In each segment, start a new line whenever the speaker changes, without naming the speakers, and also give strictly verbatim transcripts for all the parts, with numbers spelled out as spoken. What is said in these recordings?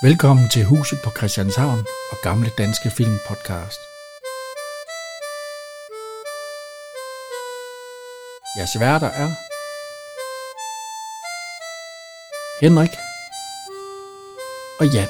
Velkommen til Huset på Christianshavn og Gamle Danske Film Podcast. Jeres værter er Henrik og Jan.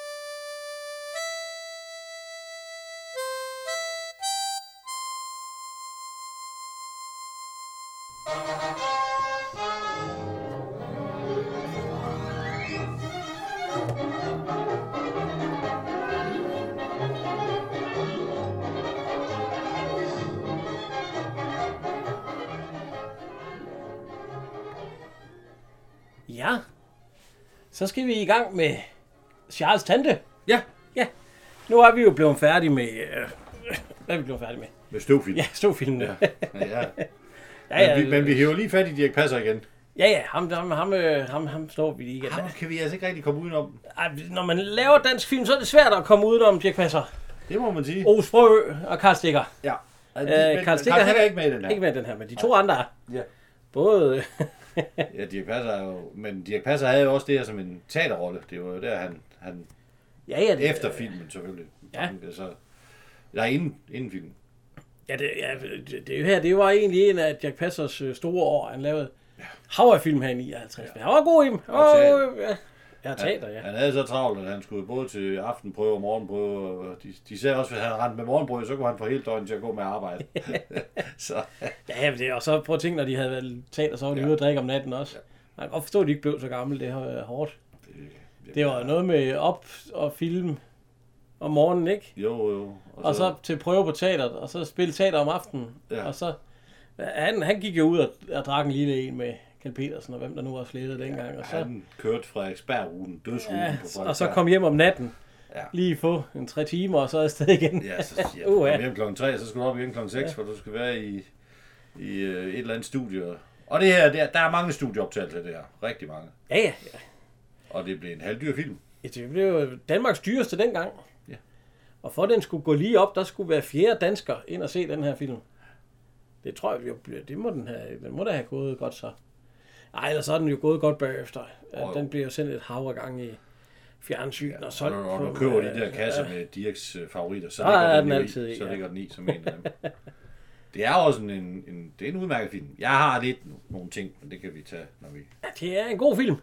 Ja, så skal vi i gang med Charles' tante.
Ja.
Ja, nu er vi jo blevet færdige med... Øh, hvad er vi blevet færdige med?
Med støvfilm.
Ja, støvfilmen.
Ja. Ja, ja.
ja, ja,
men, vi, men vi hæver lige fat i Dirch Passer igen.
Ja, ja, ham, ham, ham, ham, ham står vi lige igen.
Ham kan vi altså ikke rigtig komme udenom.
Ej, når man laver dansk film, så er det svært at komme udenom Dirch Passer.
Det må man sige.
Ove Sprogøe og Karl Stikker.
Ja.
Altså, øh,
men,
Karl Stikker
er ikke med i den her.
Ikke med i den her, men de to andre er.
Ja.
Både...
ja, Dirch Passer er jo... Men Dirch Passer havde jo også det her som en teaterrolle. Det var jo der, han... han
ja, ja, det,
efter filmen, selvfølgelig.
Ja.
Så, ja, inden, inden filmen.
Ja, det, ja det, det, her, det var egentlig en af Dirch Passers store år. Han lavede ja. Hav-film her i nioghalvtreds. Ja. Han var god i dem.
Og teater.
Oh, ja. Ja, teater, ja.
Han havde så travlt, at han skulle både til aftenprøve og morgenprøve. Og de, de sagde også, at hvis han rendte med morgenprøve, så kunne han få hele døgnet til at gå med arbejde. så.
Ja, det, og så prøv at tænke, når de havde været teater, så var de ja. ude at drikke om natten også. Ja. Man kan godt forstå, at de ikke blev så gamle. Det var hårdt. Det, det, det var ja. noget med op og film om morgenen, ikke?
Jo, jo.
Og så, og så til prøve på teateret, og så spille teater om aftenen. Ja. Og så, han, han gik jo ud og, og drak en lille en med Kjeld Petersen og hvem der nu var slettet ja, dengang. Og så,
han kørte Frederiksberg-ruten, dødsruten
ja,
på Frederiksberg.
Og så kom hjem om natten,
ja.
lige få en tre timer, og så afsted igen.
Ja, så ja, uh, ja. hjem klokken tre, så skal du op igen klokken seks, ja. for du skal være i, i uh, et eller andet studie. Og det her, der, der er mange studieoptagelser det her. Rigtig mange.
Ja, ja, ja.
Og det blev en halvdyr film.
Ja, det blev jo Danmarks dyreste dengang.
Ja.
Og for den skulle gå lige op, der skulle være fjerde dansker ind og se den her film. Det tror jeg, det må den have, den må da have gået godt så. Ej, ellers er den jo gået godt bagefter. Oh, den bliver jo sendt et hav af gange i fjernsyn ja, og solgt.
Og når du køber de der kasser med Dirchs favoritter, så
ja,
ligger den,
den
altid i, så
ja.
ligger den i som en af dem. Det er også en, en, det er en udmærket film. Jeg har lidt nogle ting, men det kan vi tage, når vi...
Ja, det er en god film.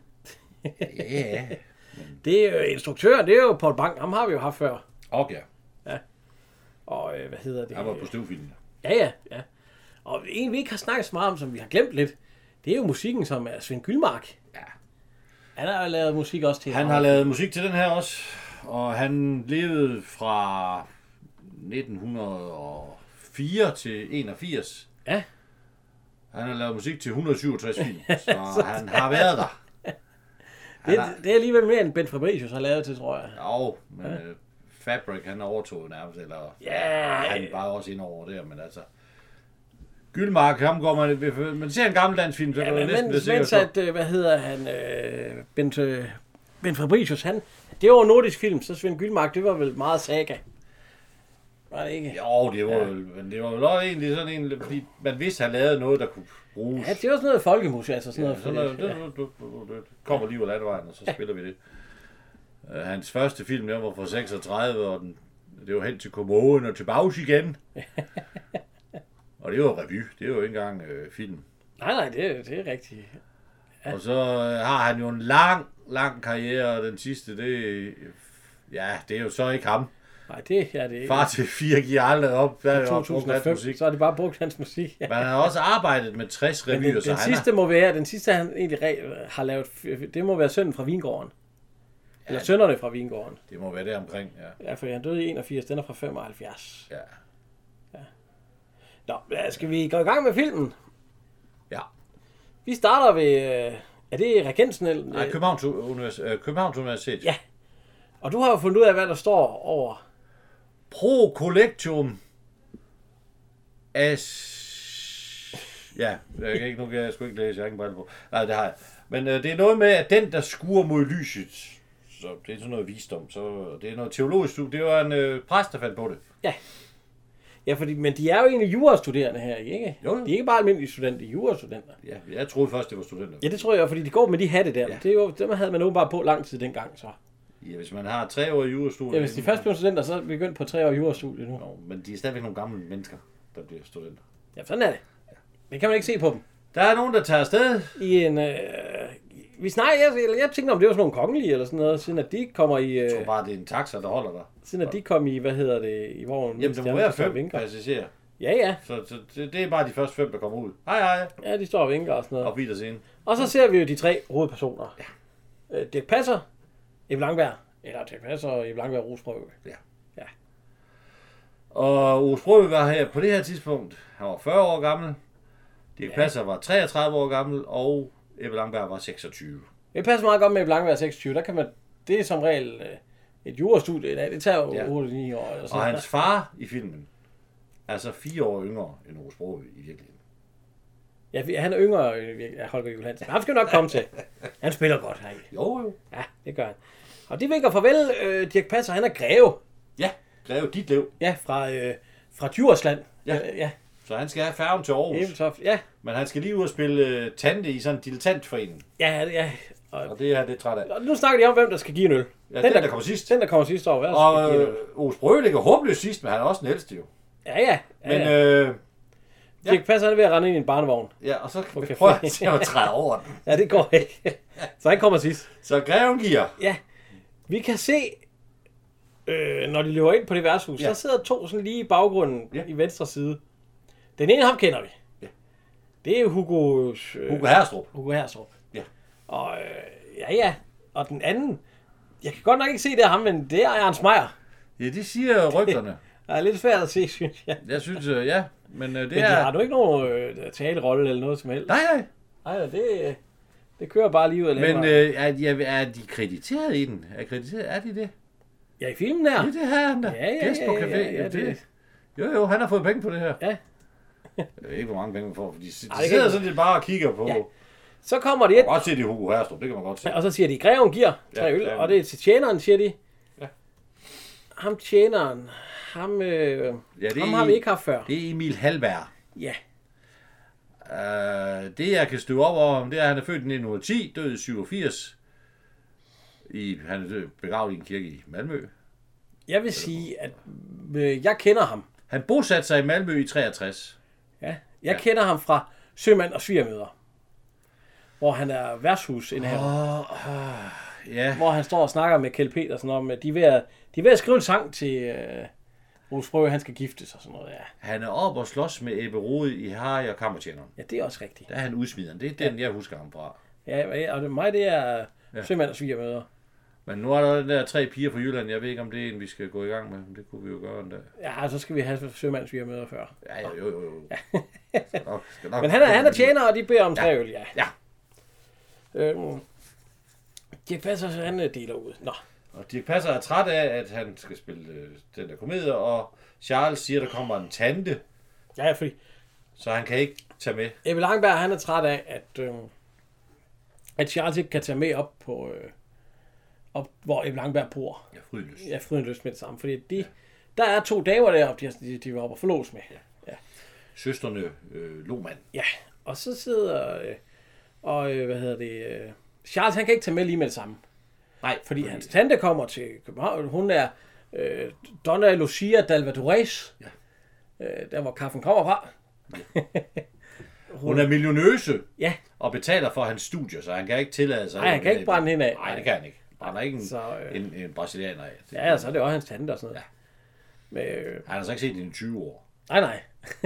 ja.
Men... Det er jo instruktøren, det er jo Poul Bang. Ham har vi jo haft før.
Okay.
Ja. Og øh, hvad hedder det?
Han var på støvfilmen.
Ja, ja, ja. Og en vi ikke har snakket så meget om, som vi har glemt lidt, det er jo musikken, som er Svend Gyldmark.
Ja.
Han har lavet musik også til...
Han har lavet musik til den her også, og han levede fra nitten hundrede og fire til enogfirs.
Ja.
Han har lavet musik til et hundrede og syvogtres film, så han har været der.
Det, har... det er alligevel mere end Ben Fabricius har lavet til, tror jeg.
Jo, men ja. uh, Fabric, han overtog nærmest, eller
ja,
han var også ind over der, men altså... Gyldmark, ham går man, man ser en gammel dansk film, så ja, kan man næsten det sikkert.
Mens at, hvad hedder han, øh, Bent, øh, Ben Fabricius, han, det var nordisk film, så Svend Gyldmark, det var vel meget saga. Var det ikke?
Jo, det var ja. vel, men det var vel også egentlig sådan en, fordi man vidste, han lavede noget, der kunne bruges.
Ja, det var sådan noget folkemusik, altså sådan
ja,
noget.
Sådan noget det, det, det, det, det kommer lige ud af landvejen, og så ja. spiller vi det. Uh, hans første film, der var fra seksogtredive, og den, det var hen til kommoden og tilbage igen. Og det er jo revy, det er jo ikke engang øh, film.
Nej, nej, det er, det er rigtigt.
Ja. Og så øh, har han jo en lang, lang karriere, og den sidste, det ja, det er jo så ikke ham.
Nej, det er det ikke.
Far til fire giver aldrig op, der er jo
to tusind og fem, så har de bare brugt hans musik.
Men han har også arbejdet med tres revyer,
den, den,
så
den
han
sidste må være, den sidste han egentlig har lavet, det må være Sønnen fra Vingården. Ja, eller Sønnerne fra Vingården.
Det må være der omkring, ja.
Ja, for han døde i enogfirs, den er fra femoghalvfjerds.
Ja.
Nå, skal vi gå i gang med filmen?
Ja.
Vi starter ved... Er det Regensen? Eller?
Nej, Københavns Universitet. Københavns Universitet.
Ja. Og du har jo fundet ud af, hvad der står over...
Pro collectum as... Ja, jeg kan ikke, nu kan jeg sgu ikke læse, jeg har ikke brille på. Nej, det har jeg. Men øh, det er noget med, at den, der skuer mod lyset, så det er sådan noget visdom, så det er noget teologisk studie. Det var en øh, præst, der fandt på det.
Ja. Ja, fordi, men de er jo egentlig jurastuderende her, ikke?
Jo, jo.
De er ikke bare almindelige studenter, de er jurastudenter.
Ja, jeg troede først, det var studenter.
Ja, det tror jeg, fordi de går med de hatte der.
Ja.
Det er jo, dem havde man jo bare på lang tid dengang, så.
Ja, hvis man har tre år i jurastudiet...
Ja, hvis de først bliver studenter, så er vi begyndt på tre år i jurastudiet nu.
Nå, men de er stadigvæk nogle gamle mennesker, der bliver studenter.
Ja, sådan er det. Det kan man ikke se på dem.
Der er nogen, der tager afsted.
I en... Øh, vi snakker, jeg, jeg tænkte om det var sådan nogle kongelige eller sådan noget, siden at de kommer i... Øh,
Jeg tror bare, det er en taxa, der holder der.
siden at de kom i, hvad hedder det, i vognen.
Jamen, der må være fem passagerer.
Ja, ja.
Så, så det, det er bare de første fem, der kommer ud. Hej, hej.
Ja, de står og vinker og sådan noget.
Og Peter scene.
Og så ser vi jo de tre hovedpersoner. Ja. Øh, Dirch Passer, Ebbe Langberg, eller Dirch Passer og Ebbe Langberg Rosprøve.
Ja.
Ja.
Og Ove Sprogøe var her på det her tidspunkt. Han var fyrre år gammel. Dirch
Ja.
Passer var treogtredive år gammel, og Ebbe Langberg var seksogtyve.
Det passer meget godt med Ebbe Langberg seksogtyve. Der kan man, det er som regel øh, et jurastudie i dag. Det tager jo
Ja.
otte ni år. Eller sådan
Og hans far i filmen er så fire år yngre end Ove Sprogøe i virkeligheden.
Ja, han er yngre end Holger Juhl Hansen. Han skal nok komme til. Han spiller godt her.
Jo, jo.
Ja, det gør han. Og de vinker farvel. Øh, Dirch Passer, han er greve.
Ja, Greve Ditlev.
Ja, fra, øh, fra Djursland.
Ja.
Øh, ja.
Så han skal have færgen til Aarhus.
Ebeltoft. Ja.
Men han skal lige ud og spille øh, tante i sådan en dilettantforening.
Ja, ja. Og,
Og det er det træt af.
og nu snakker de om, hvem der skal give en øl.
Ja, den, der kommer sidst.
Den, der kommer sidst over. Hvad
Og
skal give en
øh,
øl?
Ove Sprogøe ligger håbløst sidst, men han er også den ældste jo.
Ja, ja. ja,
Men
ja.
øh, ja.
Dirch Passer, han er ved at rende ind i en barnevogn.
ja, og så
Okay.
prøver jeg til at træde over den.
Ja, det går ikke. Så han kommer sidst.
Så Greven giver.
Ja. Vi kan se, øh, når de løber ind på det værtshus,
Ja.
så sidder to sådan lige i baggrunden
Ja.
i venstre side. Den ene, ham kender vi.
Ja.
Det er jo Hugo... Øh,
Hugo Herstrup.
Hugo Herstrup.
Ja.
Og øh, ja, ja. Og den anden, jeg kan godt nok ikke se, det er ham, men det er Ernst Meier.
Ja, det siger rygterne.
Det er lidt svært at se, synes jeg.
Jeg synes, øh, ja. Men øh, det
Men de
er...
har du ikke nogen øh, talerolle eller noget som helst?
Nej, nej.
Nej, det, det kører bare lige ud af
Men
længere.
øh, er, de, er de krediteret i den? Er krediteret? Er de det?
Ja, i filmen der.
Ja, det her han der.
Ja, ja,
Gæst på
ja,
café.
ja, ja,
det...
det-
Jo, jo, han har fået penge på det her.
Ja.
Jeg ved ikke, hvor mange penge man får, fordi de, de
Ej, det kan
sidder
ikke-
sådan lidt bare og kigger på.
Ja.
Ja.
Så kommer de
Man
ind,
kan godt se, det er Hugo Herstrup, det kan man godt se.
og så siger de, greven giver tre
Ja,
øl,
ja.
og det er til tjeneren, siger de.
Ja.
Ham tjeneren, ham, øh,
Ja, det er,
ham har vi ikke haft før.
Det er Emil Hallberg.
Ja,
Uh, det jeg kan støve op over, det er, at han er født i nitten ti, død i syvogfirs. I, han er død, begravet i en kirke i Malmø.
jeg vil sige, at øh, jeg kender ham.
Han bosatte sig i Malmø i treogtres.
Ja, jeg
Ja.
kender ham fra Sømand og Svigermøder, hvor han er værtshusindehaver.
Oh, ja,
Hvor han står og snakker med Kjeld Petersen om, at de er ved at, de er ved at skrive en sang til øh, Ove Sprogøe, han skal giftes og sådan noget. Ja,
han er op og slås med Ebbe Rode i Harry og Kammertjeneren.
ja det er også rigtigt.
Der er han udsmideren. Det er den, jeg husker ham fra.
Ja, ja, og det, mig det er
Ja.
ja. Sømand og Svigermøder.
Men nu er der den der tre piger fra Jylland. Jeg ved ikke, om det er en, vi skal gå i gang med. Men det kunne vi jo gøre en dag.
Ja, så skal vi have Sømand og Svigermøder før.
Ja, jo, jo, jo. Skal nok, skal nok.
Men han er, han er tjener, og de beder om tre
Ja.
øl, ja.
Ja.
Øhm, Dirch Passer, så han øh, deler ud. Nå,
Og Dirch Passer er træt af, at han skal spille øh, den der komedie, og Charles siger, at der kommer en tante,
ja, ja, fordi
så han kan ikke tage med.
Ebbe Langberg, han er træt af, at, øh, at Charles ikke kan tage med op på, øh, op, hvor Ebbe Langberg bor.
Ja, Frydenløs.
Ja, Frydenløs med det samme, fordi de, der er to damer deroppe, de, de, de var oppe og forlås med. Ja.
Søsterne øh, Lohmann.
Ja, og så sidder, øh, og øh, hvad hedder det, øh, Charles, han kan ikke tage med lige med det samme.
Nej,
Fordi hans tante kommer til København. Hun er øh, Donna Lucia Dalvadores.
Ja.
Øh, der hvor kaffen kommer fra.
Hun er millionøse
Ja,
og betaler for hans studier, så han kan ikke tillade sig...
nej, han kan ikke brænde hende af.
Nej, det kan han ikke. Brænder ikke en,
Så, øh,
en, en brasilianer af. Det,
Ja, så er det også hans tante og sådan noget.
Ja.
Men, øh,
Han har så ikke set det i tyve år.
nej, nej.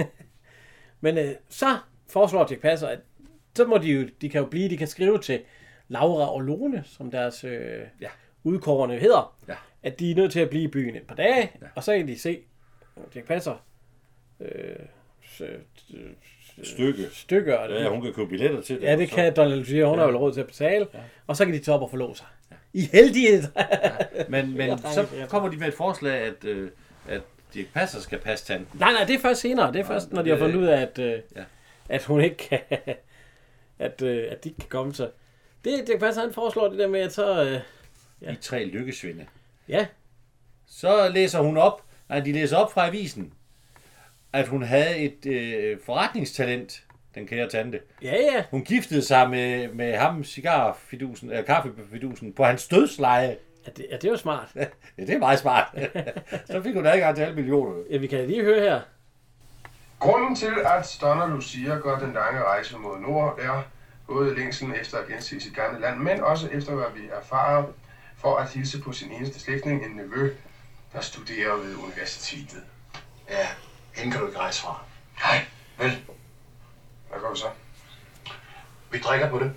Men øh, så foreslår Dirch Passer, at så må de jo, de kan jo blive, de kan skrive til Laura og Lone, som deres øh,
Ja.
udkårende hedder,
Ja.
at de er nødt til at blive i byen et par dage,
Ja.
og så kan de se Dirch Passer øh, s- øh,
Stykke.
stykker. og det-
Ja, hun kan købe billetter til det.
Ja, det
og så-
kan Donna Lucia, hun
Ja.
har vel råd til at betale, ja. Og så kan de tage op og forlove sig. Ja. I heldighed.
Men, men
Ja,
så
ja.
kommer de med et forslag, at, øh, at Dirch Passer skal passe tanten.
nej, nej, det er først senere. Det er først, når de har
det-
fundet ud af, at, øh,
Ja.
at hun ikke kan, at, øh, at de ikke kan komme så. Det, det passer, han foreslår det der med, at så, øh,
Ja. De tre lykkesvinde.
ja,
Så læser hun op, nej, de læser op fra avisen, at hun havde et øh, forretningstalent, den kære tante.
ja, ja,
Hun giftede sig med, med ham, cigarfidusen, eller kaffefidusen, på hans dødsleje.
Ja, det, ja, det var smart.
Ja, det er meget smart. Så fik hun adgang til alle millioner.
Ja, vi kan lige høre her.
Grunden til, at Donna Lucia gør den lange rejse mod nord, er både længslen efter at gense sit gamle land, men også efter, hvad vi erfarer, for at hilse på sin eneste slægtning, en nevø, der studerer ved universitetet.
Ja, hende kan du ikke rejse fra.
Nej, vel. Hvad gør vi så?
Vi drikker på det.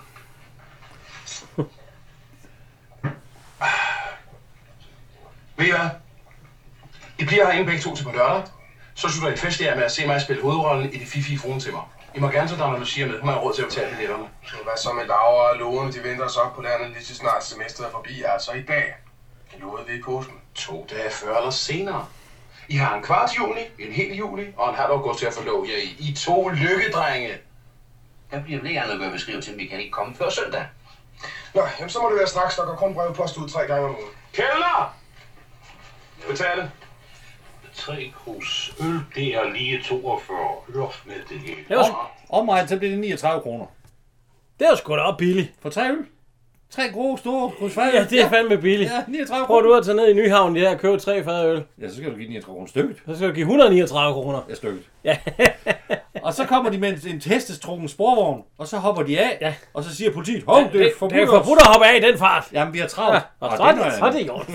Ved I hvad? I bliver herinde begge to til på lørdag. Så slutter I en fest der med at se mig spille hovedrollen i det fifi fruen til mig. I må gerne tage Donna Lucia med. Hun har råd til at betale billetterne.
Hvad så med Laura og Lone? De venter os op på landet lige så snart semesteret er forbi. Altså i dag. Det lovede vi i påsken.
To dage før eller senere. I har en kvart juni, en hel juli og en halv august til at forlove jer i. I to lykkedrenge.
Der bliver vel ikke andet at gøre beskrive til, at vi kan ikke komme før søndag.
Nå, jamen så må det være straks. Der går kun brevpost ud tre gange om ugen.
Kælder! Betale.
Tre krus øl, det er lige toogfyrre. Hør med det hele.
Det var,
Om mig, så bliver det niogtredive kroner.
det var sgu da også billigt.
For tre øl. Tre gode, store krydsfejl.
Ja, det er fandme billigt.
Ja, niogtredive
Prøv
kroner.
du at tage ned i Nyhavn der og købe tre fad øl.
Ja, så skal du give niogtredive kroner stykket.
Så skal du give et hundrede og niogtredive kroner.
Ja, stykket.
Ja.
Og så kommer de med en, en hestestrukken sporvogn, og så hopper de af,
Ja.
og så siger politiet, hov, det er
det er
forbudt.
forbudt at hoppe af i den fart.
Jamen, vi har travlt.
Ja, og så er det, så er det i orden.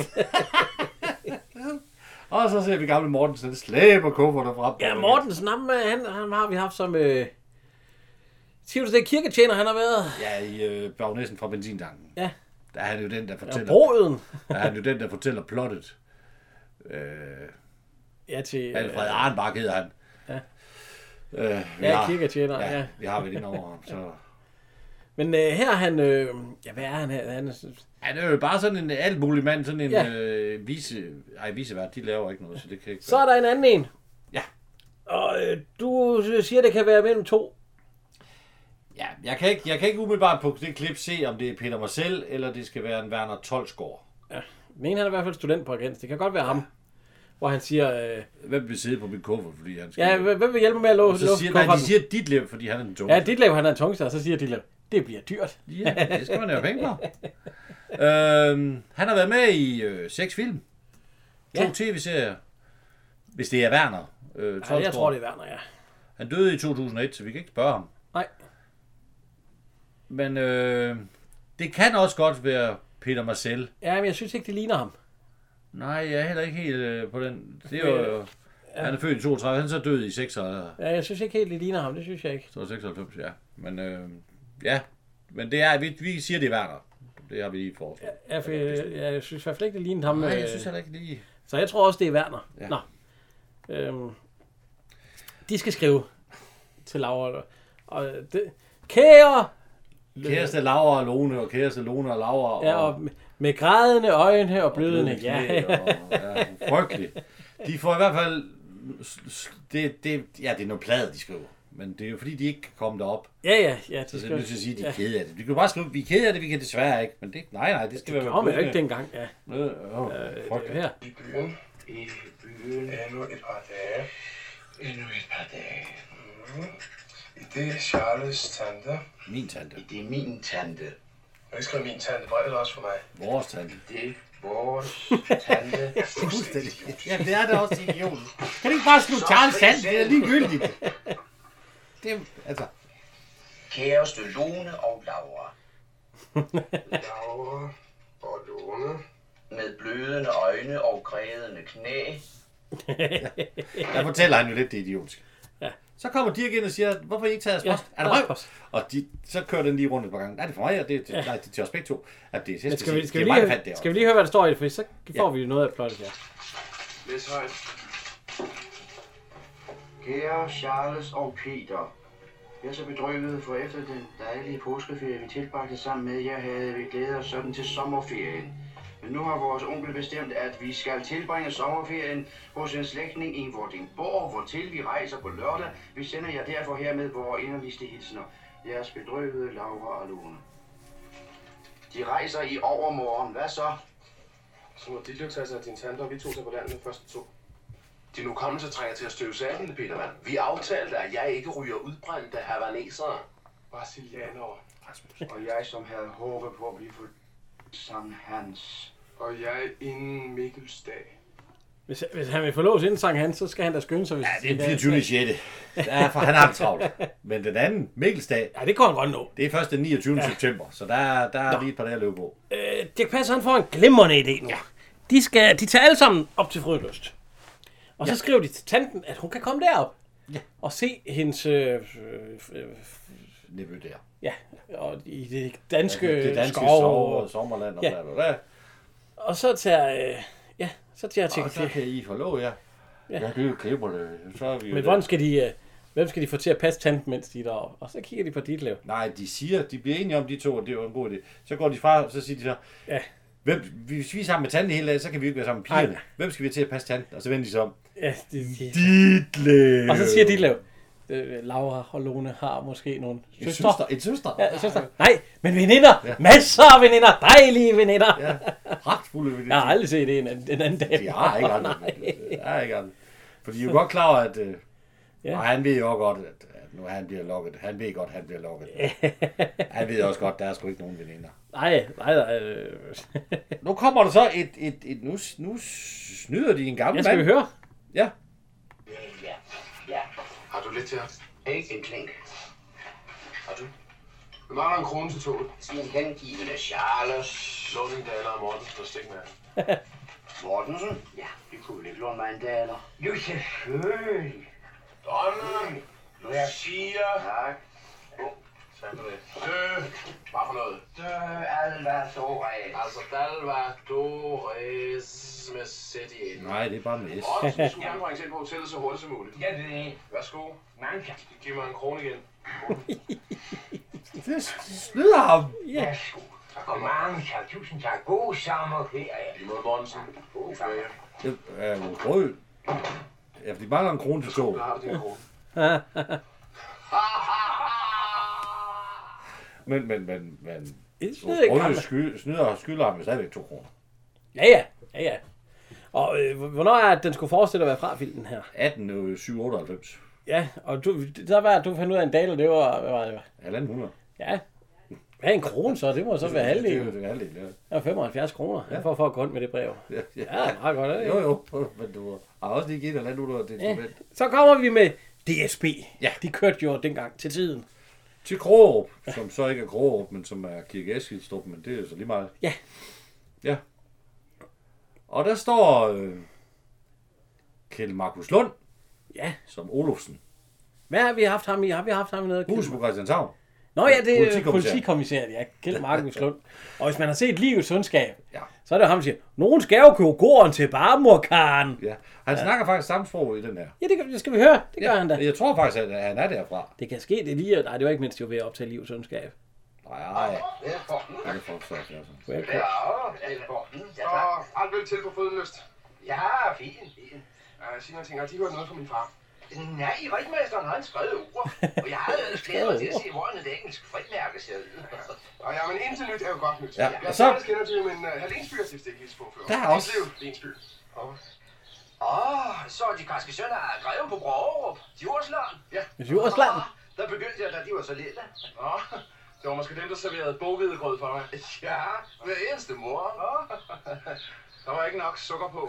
Og så ser vi gamle Mortensen, der slæber kufferter frem.
Ja, Mortensen, ham, øh, han, han har vi haft som... Øh... Siger du, det er kirketjener, han har været?
Ja, i øh, bagnæssen fra benzintanken.
Ja.
Der er han jo den, der
Ja,
fortæller...
broden.
Der er han jo den, der fortæller plottet. Øh,
Ja, til...
Alfred Arnbak hedder han.
Ja.
Øh, vi
Ja,
har-
kirketjener,
Ja,
ja.
vi har været inde over ham, så...
Men øh, her er han... Øh... Ja, hvad er han her? Han er...
Han er jo bare sådan en alt mulig mand, sådan en
Ja.
øh, vise... Ej, visevært, de laver ikke noget, så det kan ikke...
Så er der en anden en.
Ja.
Og øh, du siger, det kan være mellem to.
Ja, jeg kan, ikke, jeg kan ikke umiddelbart på det klip se, om det er Peter Marcel, eller det skal være en Werner Tolsgaard.
Ja. Den ene, han er i hvert fald student på Agents. Det kan godt være ham. Hvor han siger... Øh...
Hvem vil sidde på min kuffert, fordi han skal...
Ja, hvem vil hjælpe med at låse
så siger, nej, de siger Ditlev, fordi han er den tunge.
Ja, Ditlev, han er en tungstad, så siger Ditlev, det bliver dyrt.
Ja, det skal man have penge for. øhm, han har været med i øh, seks film. To
Ja.
tv-serier. Hvis det er Werner. Øh,
Ja, jeg tror, det er Werner, ja.
Han døde i to tusind og et, så vi kan ikke spørge ham.
Nej.
Men øh, det kan også godt være Peter Marcel.
Ja, men jeg synes ikke, det ligner ham.
Nej, jeg er heller ikke helt øh, på den. Det er jo... Ja. Han er født i toogtredive, han er så død i seksoghalvfems.
Ja, jeg synes ikke helt, det ligner ham. Det synes jeg ikke.
Så seksoghalvfems, ja. Men øh, ja, men det er, vi, vi siger, det er Werner. Det har vi lige foreslået.
Ja, for jeg, jeg synes i hvert fald ikke, det ligner ham.
Nej, jeg
øh,
synes heller ikke lige...
Så jeg tror også, det er Werner.
Ja.
Nå. Øhm, de skal skrive til Laura. Og det, kære...
Kæreste Laura og Lone, og kæreste Lone og Laura. Og,
Ja, og med, med grædende øjne og blødende.
knæ,
Ja,
og, ja, frygteligt. De får i hvert fald... Det, det, ja, det er noget plade, de skriver. Men det er jo fordi, de ikke kan komme derop.
ja, ja. ja
Så
de
det er nødt til at sige, at de er
ja.
kede af det. De kan jo bare skrive, vi er kede af det, vi kan desværre ikke. Men det, nej, nej, det skal
Det
være...
kommer jo ikke dengang, ja.
Øh, øh,
Øh,
frygteligt.
her.
I byen.
I byen
Endnu et par dage.
endnu et par dage.
Mm. I det Charles tante.
Min tante.
Det er min tante.
Jeg vil skrive min tante brevet også for mig.
Vores tante.
Det er vores tante.
Fuldstændig.
Ja, det er det også, idioten. Kan du ikke bare skrive Charles tante? Det er ligegyldigt. Det er, altså...
Kæreste Lone og Laura.
Laura og Lone.
Med blødende øjne og grædende knæ.
Der fortæller han jo lidt det idiotiske.
Ja.
Så kommer Dirk ind og siger, hvorfor I ikke tager jeres post?
Ja,
Er der
der er
brev?
post.
Og de, så kører den lige rundt et par gange. Nej, det er for mig, og det er til, ja. nej, det er til os begge to. At det er
Men skal vi, skal,
det
vi
er mig,
lige,
der fandt det
skal vi lige høre, hvad der står i det, for så får
Ja.
vi noget af plottet her.
Læs højt.
Kære Charles og Peter, jeg er så bedrøvet, for efter den dejlige påskeferie, vi tilbragte sammen med jer, havde vi glædet os sådan til sommerferien. Men nu har vores onkel bestemt, at vi skal tilbringe sommerferien hos en slægtning i Vordingborg, hvortil vi rejser på lørdag. Vi sender jer derfor hermed vores inderligste hilsner. Jeres bedrøvede Laura og Lone. De rejser i overmorgen. Hvad så?
Så må Ditlev tage sig af din tante, og vi to tager på landet med første to.
Din hukommelse trænger til at støve sig af, lille Petermann. Vi aftalte, at jeg ikke ryger udbrændte havanesere.
Brasilianere.
Og jeg, som havde håbet på at blive fuldt Sankt Hans.
Og jeg inden Mikkelsdag.
Hvis, hvis han vil forlås inden sang han, så skal han da skynde sig. Hvis
Ja, det er fireogtyvende sjette Ja, for han har det travlt. Men den anden, Mikkelsdag,
Ja, det går han godt nå.
det er først den niogtyvende Ja. september, så der, er- der er lige et par dage at løbe på.
Øh, Dirch Passer, han får en glimrende idé nu. Ja. De, skal, de tager alle sammen op til Frydenlyst. Og så ja. skriver de til tanten, at hun kan komme derop.
Ja.
Og se hendes... Øh, øh,
Nevø der.
ja, og i det danske,
Ja, det danske
skov.
sov, sommerland og
Ja.
bla bla bla.
Og så tager... Øh, ja, så tager jeg
Og så
til...
kan I få lov, ja.
Ja.
Ja, det er jo klipperne. Så er vi jo
Men
der.
hvordan skal de... Øh, hvem skal de få til at passe tanten, mens de er deroppe? Og så kigger de på Ditlev.
Nej, de siger, de bliver enige om de to, og det er jo en god idé. Så går de fra, så siger de så,
Ja.
hvem, hvis vi er sammen med tanten hele dagen, så kan vi ikke være sammen med pigerne.
Ej.
Hvem skal vi til at passe tanten? Og så vender de sig om.
Ja, de, de,
Ditlev!
og så siger Ditlev, øh, Laura og Lone har måske nogle
En
søstre.
søster. En søster.
Ja, søster. Nej, men veninder. Ja. Masser af veninder. Dejlige veninder. Ja.
Ja, pragtfulde ved det.
Jeg har aldrig set en, en anden dag.
De har ikke andre. De har ikke andre. For de er jo godt klar over, at... Øh,
Ja.
og han ved jo også godt, at, at nu han bliver lukket. Han ved godt, at han bliver lukket. Han ved også godt, at der er sgu ikke nogen veninder.
Nej, nej, nej. Øh.
Nu kommer der så et... et, et nu, nu snyder de en gammel
Jeg skal
mand.
vi høre?
Ja.
Ja, ja.
Har du lidt til os?
Ikke en klink.
Har du? Vi mangler en krone til toget.
Sin hengivende Charles
Lån en daler af Mortensen og stik med ham.
Mortensen. Ja, det kunne vel ikke låne mig en daler. Jo, selvfølgelig.
Dronning, Lucia.
Tak.
Sandt for det. Dø. Hvad for noget?
Dø, Alvadores.
Altså, Salvadores med sæt i en.
Nej, det er bare med S.
Mortensen skulle gerne bringes ind på hotellet så hurtigt som muligt.
Ja, det er.
Værsgo.
Mange tak.
Giv mig en krone igen.
Det snyder ham.
Ja.
Værsgo. Og mange tak. Tusind tak. God sommerferie.
I mod Mortensen. God ferie.
Det er jo rød. Ja, for de mangler en krone til
Der
tog.
har du din krone.
Men, men, men, men...
Det snyder ikke
Røde
ham.
sky, snyder skylder ham jo stadigvæk to kroner.
Ja, ja. Ja, ja. Og øh, hvornår er det, den skulle forestille at være fra filmen her?
atten syv otteoghalvfems.
Ja, og du, der var, du fandt ud af en daler, det var, hvad var det?
Halvanden hundrede.
Ja. Hvad er en krone så? Det må så være
Det er
halvdelen.
jo det er halvdelen, ja.
Det var femoghalvfjerds kroner, ja. for, for at gå rundt med det brev.
Ja,
Ja, meget godt, ikke?
Jo, jo. Men du har også lige givet halvanden hundrede til et
Ja.
instrument.
Så kommer vi med D S B.
Ja.
De kørte jo dengang til tiden.
Til Krogerup, som så ikke er Krogerup, men som er Kirke Eskilstrup, men det er jo så lige meget.
Ja.
Ja. Og der står øh, Kjeld Markus Lund
Ja.
som Olufsen.
Hvad har vi haft ham i? Har vi haft ham i noget?
Huset på Christianshavn.
Nå ja, det er
Politikommissær.
politikommissæren, ja. Kjeld Markus Lund. Og hvis man har set Livets Sundskab,
Ja.
så er det jo ham, der siger, nogen skal jo købe gården til barmorkaren.
Ja. Han ja. snakker faktisk samme sprog i den her.
Ja, det, kan- det skal vi høre. Det gør
Ja.
han da.
Jeg tror faktisk, at han er derfra.
Det kan ske, det er lige... Nej, det var ikke mindst jo ved at optage Livets Sundskab.
Nej, nej.
Velkommen.
Han er for firs.
Velkommen.
Ja, velkommen. Ja, tak.
Og alt vel til på Frydenlyst.
Ja, fint, fint.
Uh, sig nogle ting, har de hørt noget fra min far?
Nej, ritmesteren har en skrevet ord, og jeg havde glædet mig til at se, hvordan et engelsk frimærke ser ud.
Og ja, men intet nyt er jo godt nyt.
Ja,
Jeg
og så-
så... kender til, men uh, Lensby er sidst ikke lige på før.
Der er også-
Lensby.
Åh, oh, så er de græske sønner af greven på Brågerup, Djursland.
Ja.
Djursland?
Der begyndte jeg, da de var så lille.
Nå, det var måske dem, der serverede boghvedegrød for mig.
Ja, hver eneste mor.
Der var ikke nok sukker på.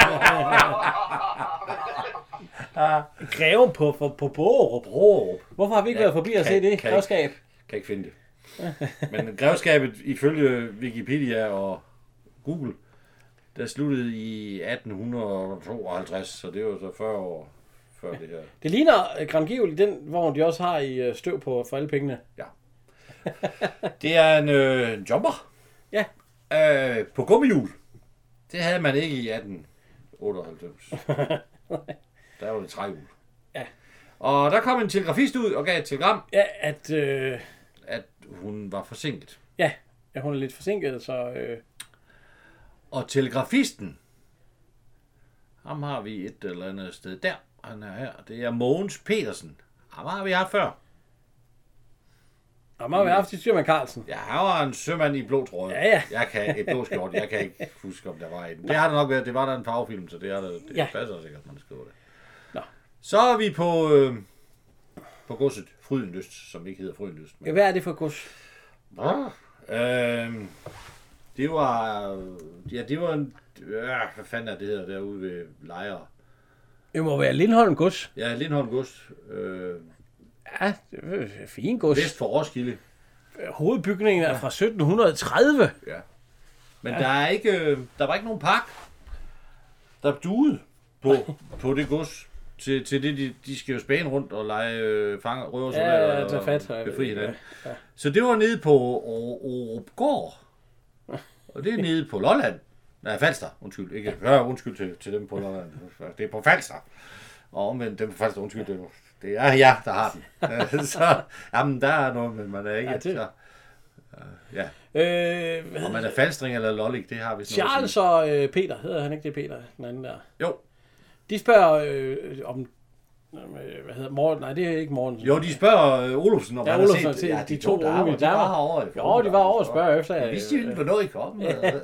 Greven på, på, på Bågerup.
Brorup.
Hvorfor har vi ikke
Ja,
været forbi at
kan-
se det
kan-
grevskab?
Kan ikke finde det. Men grevskabet ifølge Wikipedia og Google, der sluttede i atten tooghalvtreds, så det er jo så fyrre år før det her.
Det ligner uh, Grangivl i den vogn, de også har i uh, støv på for alle pengene.
Det er en øh, jumper.
Ja.
Øh, på gummihjul. Det havde man ikke i atten otteoghalvfems. Der var det træhjul.
Ja.
Og der kom en telegrafist ud og gav et telegram,
Ja, at øh,
at hun var forsinket.
ja, ja, hun er lidt forsinket, så øh,
Og telegrafisten, ham har vi et eller andet sted der. Han er her. Det er Mogens Petersen. Ham har vi haft før.
og har vi haft i Styrmand Carlsen.
Ja, han var en sømand i blå trøje.
Ja, ja.
Jeg kan et blå skjort. Jeg kan ikke huske, om der var en. Det har der nok været. Det var der en farvefilm, så det, er der, det
Ja.
passer sikkert, man skriver det.
Nå.
Så er vi på, øh, på godset Frydenlyst, som ikke hedder Frydenlyst.
Ja, hvad er det for gods?
Øh, Det var... Ja, det var en... Øh, hvad fanden er det hedder derude ved Lejre?
Det må være Lindholm Gods.
Ja, Lindholm Gods. Øh,
Ja, det er fint gods.
vest for Roskilde.
Hovedbygningen er fra sytten tredive.
Ja. Men ja. der er ikke... Øh, der var ikke nogen park, der duede på, på det gods. Til, til det, de, de skal jo spæne rundt og lege øh, fanger, røversoldater
Ja, ja, tage fat.
og befri hinanden.
Ja, ja.
Så det var nede på Årupgård. Og det er nede på Lolland. Nej, Falster, undskyld. Ikke, hør, undskyld til, til dem på Lolland. Det er på Falster. Og omvendt dem på Falster, undskyld. Det er, det er jer, der har den. Så, jamen, der er noget, men man er ikke... Ja, det... så, uh, ja. Øh, og man er falstring eller lollik, det har vi sådan
Charles og øh, Peter, hedder han ikke det, Peter? Den anden der.
Jo.
De spørger øh, om... Hvad hedder Morten? Nej, det er ikke Morten.
Jo, de spørger øh, Olufsen, om
ja,
han
Olufsen
har set...
Ja, de, de to unge damer.
De var herovre.
Jo, de var over og spørger efter.
Jeg vidste jo ikke, hvornår I kom.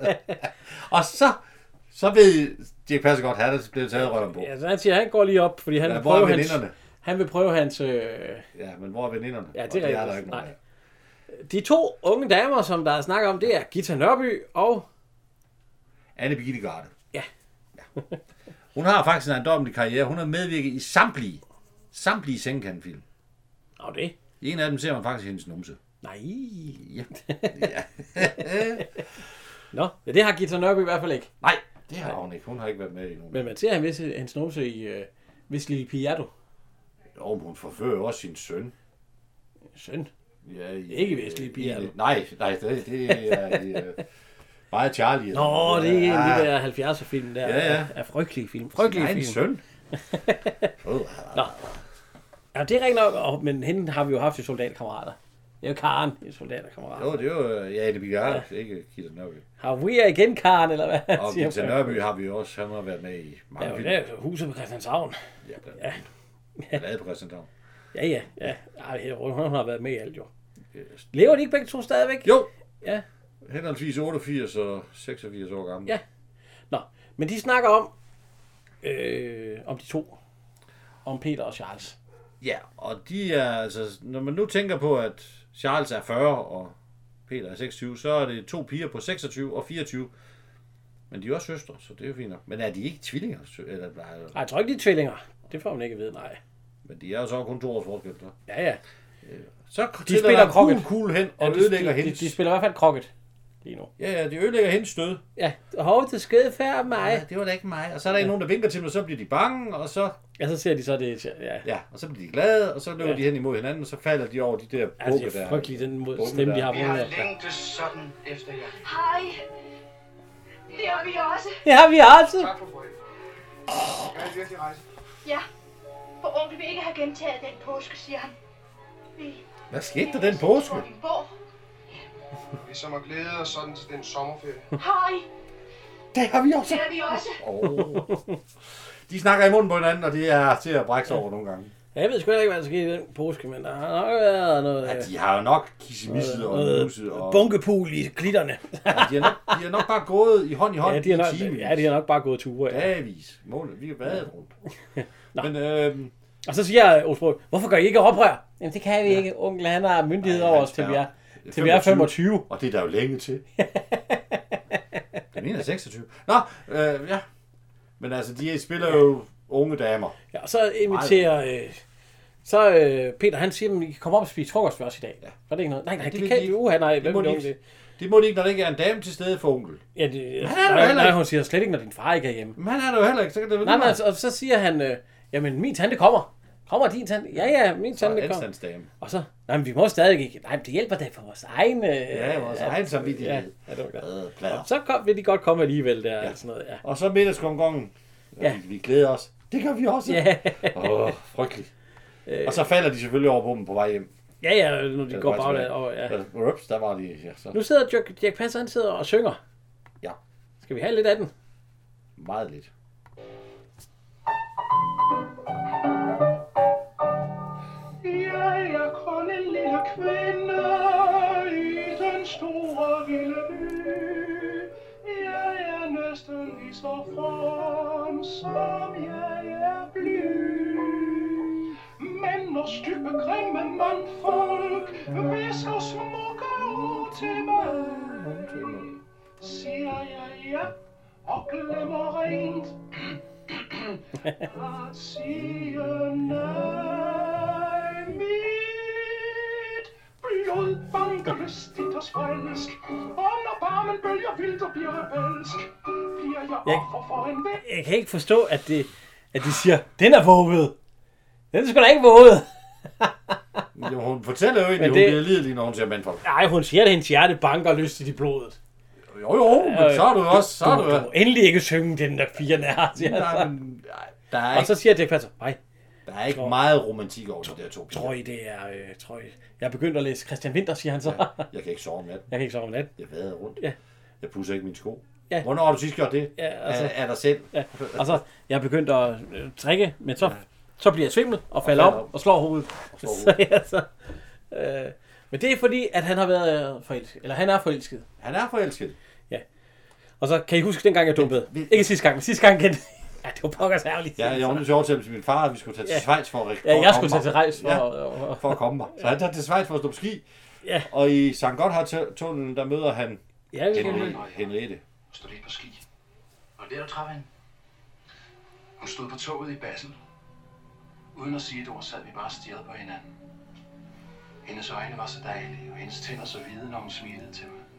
Og så... Så ved Dirch Passer godt, at han er blevet taget røven på.
Ja, så han siger, at han går lige op, fordi han,
ja,
vil, prøve hans,
veninderne?
han vil prøve hans... Øh...
Ja, men hvor er veninderne?
Ja, det er,
det er der ikke nogen.
De to unge damer, som der er snak om, det er Gita Nørby og...
Anne Birgitte Garde.
Ja.
ja. Hun har faktisk en ejendommelig karriere. Hun har medvirket i samtlige, samtlige sengekantefilm.
Og det?
I en af dem ser man faktisk hendes numse.
Nej.
Ja. ja.
Nå, ja, det har Gita Nørby i hvert fald ikke.
Nej, det har hun ikke. Hun har ikke været med i nogen.
Men man ser hendes, hendes numse i uh, Hvis Lille Piato.
Jo, hun forfører også sin søn.
Søn?
Ja, i,
ikke Hvis Lille Piato.
Nej, nej, det, det er i, uh, meget Charlie.
Nå, det er en af de der halvfjerdser film der.
Ja, ja.
Er frygtelige film. Frygtelige film.
Sin søn.
Nå. Ja, det er rigtig nok, men hende har vi jo haft i Soldaterkammerater. Det er jo Karen i Soldaterkammerater.
Jo, det er jo, ja, det bliver ja. Ikke Gita Nørby.
Har vi igen Karen, eller hvad?
Og Gita Nørby har vi også, han har været med i mange
ja,
film.
Ja, Huset på Christianshavn.
Ja, blandt
ja.
ja. Ladet på Christianshavn.
Ja, ja, ja. Ej, hun har været med i alt, jo. Yes. Lever de ikke begge to stadigvæk?
Jo.
Ja.
Henholdsvis otteogfirs og seksogfirs år gammel.
Ja. Nå, men de snakker om, øh, om de to. Om Peter og Charles.
Ja, og de er, altså, når man nu tænker på, at Charles er fyrre, og Peter er seksogtyve, så er det to piger på seksogtyve og fireogtyve. Men de er også søstre, så det er jo fint nok. Men er de ikke tvillinger? Eller, eller...
Ej, jeg tror ikke, de er tvillinger. Det får man ikke at vide, nej.
Men de er jo så kun to års forskel, så.
Ja, ja.
Så
de spiller
cool, cool hen og
ja, de,
ødelægger
de,
hendes...
De, de spiller i hvert fald krokket lige nu.
Ja, ja, de ødelægger hendes stød.
Ja, hov, det skede før mig.
Ja, det var da ikke mig. Og så er der ja. nogen, der vinker til dem, og så bliver de bange, og så...
Ja, så ser de så det... Ja,
ja og så bliver de glade, og så løber ja. de hen imod hinanden, og så falder de over de der bukke der.
Ja, det er frygteligt, den mod stemme, de har.
Vi har længtes sådan efter jer.
Hej. Det har vi også.
Det har vi også.
Tak for frøen. Skal I virkelig rejse?
Ja, for onkel vil ikke have gentaget den påske, siger han. Vi...
Hvad skete der den påske?
Vi som har glædet os sådan til den sommerferie.
Hej.
Det har vi også.
Det har vi også.
Oh. De snakker i munden på hinanden, og de er til at brække sig over nogle gange.
Jeg ved sgu ikke, hvad der skete i den påske, men der har nok været noget...
Ja, de har jo nok kissemisset og nuset og...
Bunkepul i klitterne.
Ja, de, har nok, de har nok bare gået i hånd i hånd
ja, de har nok,
i timevis.
Ja, de har nok bare gået ture. Ja.
Dagvis. Målet, vi har været rundt. Men, øhm...
Og så siger Osbro, hvorfor gør I ikke oprør? Jamen det kan vi ja. ikke. Onkel, han har myndighed over os, til vi er, til vi er femogtyve.
Og det er der jo længe til. Den ene er seksogtyve. Nå, øh, ja. Men altså, de spiller jo unge damer.
Ja, og så inviterer... Øh, så øh, Peter, han siger, at I kan komme op og spise frokost for os i dag. Ja. Var det ikke noget? Nej, nej, det, det kan du. Han har
det, må de ikke, det må de ikke, når der ikke er en dame til stede for onkel.
Ja, det, nej, nej, hun siger slet ikke, når din far ikke er hjemme.
Men han er der jo heller ikke. Så kan det
nej, nej, og så siger han, øh, jamen min tante kommer. Kommer din tante? Ja, ja, min tante kommer. Og så, nej, men vi må stadig ikke. Nej, men det hjælper da for vores egen... Øh,
ja, vores ja, egen samvittighed. Ja,
ja, det var godt. Så kom, vil de godt komme alligevel der. Ja. Sådan noget, ja.
Og så middagskongongen. Ja. Vi, vi glæder os. Det gør vi også.
Ja.
Åh, oh, frygteligt. Og så falder de selvfølgelig over på dem på vej hjem.
Ja, ja, når de går baglæd over, ja.
Ups, der var de, ja, så.
Nu sidder Dirch, Dirch Passer, han sidder og synger.
Ja.
Skal vi have lidt af den?
Meget lidt.
Jeg er kun en lille kvinde i den store vilde by. Jeg er næsten lige så from, som jeg er bly. Men når stykke grimme mandfolk visker smukke ord til mig, At sige nej, mit blod banker lystigt og sprælsk, og når barmen bølger vildt og bliver rebelsk, bliver jeg offer for en ven.
Jeg kan ikke forstå, at, det, at de siger, den er våget. Den er sgu da ikke våget.
Jo, hun fortæller jo egentlig, hun
det...
bliver lidelig, når hun siger mandfolk.
Nej, hun siger, at hendes hjerte banker lystigt i blodet.
Jo, jo, men så er du også. Så er du,
du, du endelig ikke synge den der fire nær, siger
nej, men, der er
og
ikke,
så siger Dirch Passer, nej.
Der er ikke tror, meget romantik over de der to piger.
Tror I, det er... Øh, tror I, jeg er begyndt at læse Christian Winther, siger han så.
Ja, jeg kan ikke sove om natten.
Jeg kan ikke sove om natten.
Jeg vader rundt.
Ja.
Jeg pusser ikke mine sko.
Ja.
Hvornår har du sidst gjort det?
Ja, altså,
er, er der selv?
Ja. Og så, jeg er begyndt at øh, drikke, men så, ja. så bliver jeg svimmel og falder op, op og slår hovedet. Og slår hovedet. Så, ja, så, øh, men det er fordi, at han har været forelsket. Eller han er forelsket.
Han er forelsket?
Ja. Og så kan I huske dengang, jeg dumpede? Ikke sidste gang, men sidste gang igen. Ja, det var pokkers ærligt.
Ja, jeg var sjovt til min far, at vi skulle tage til
ja.
Schweiz for at
Ja, jeg skulle tage til Schweiz for,
ja, for at komme mig. Så han tager til Schweiz for at stå på ski.
Ja.
Og i Sankt Gotthard-tunnelen, der møder han
ja, vi
Henriette. Henriette.
Hun stod lidt på ski. Og der traf hende. Hun stod på toget i Basel. Uden at sige et ord, sad vi bare og stirrede på hinanden. Hendes øjne var så dejlige, og hendes tænder så hvide, når hun smilede til mig.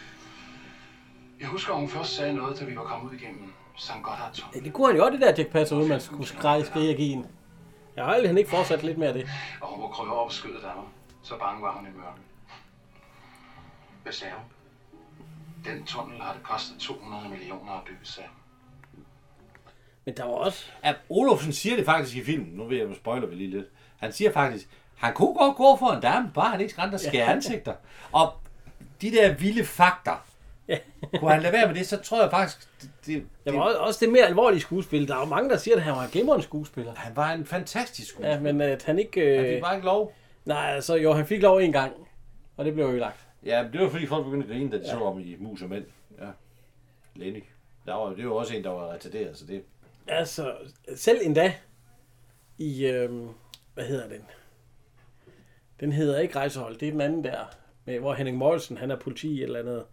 Jeg husker, at hun først sagde noget, da vi var kommet ud igennem Sankt Gotthard-tunnelen.
Ja, det kunne han jo også, det der Dirch Passer, uden man skulle skrige, skrige og give en. Jeg har aldrig han ikke fortsat lidt mere af det.
Og hun var krøvet over på skødet af mig. Så bange var hun i mørket. Hvad sagde hun? Den tunnel har det kostet to hundrede millioner at bygge, sagde.
Men der var også...
At Olufsen siger det faktisk i filmen. Nu vil jeg spoiler vi lige lidt. Han siger faktisk, han kunne godt gå for en dame, bare han ikke rent at skære ja. ansigter. Og de der vilde fakter, ja. kunne han lade være med det, så tror jeg faktisk... Det, det,
det var også det mere alvorlige skuespil. Der er jo mange, der siger, at han var en glimrende skuespiller.
Han var en fantastisk skuespiller.
Ja, men at han ikke... Øh...
Han fik bare ikke lov.
Nej, altså jo, han fik lov en gang. Og det blev ødelagt.
Ja, det var fordi folk begyndte at grine, da de ja. så om i Mus og Mænd. Ja. Lenny. Der var, det var også en, der var retarderet, så det...
Altså, selv endda i... Øh... Hvad hedder den? Den hedder ikke Rejsehold. Det er den anden der. Med, hvor Henning Mortensen, han er politi eller andet.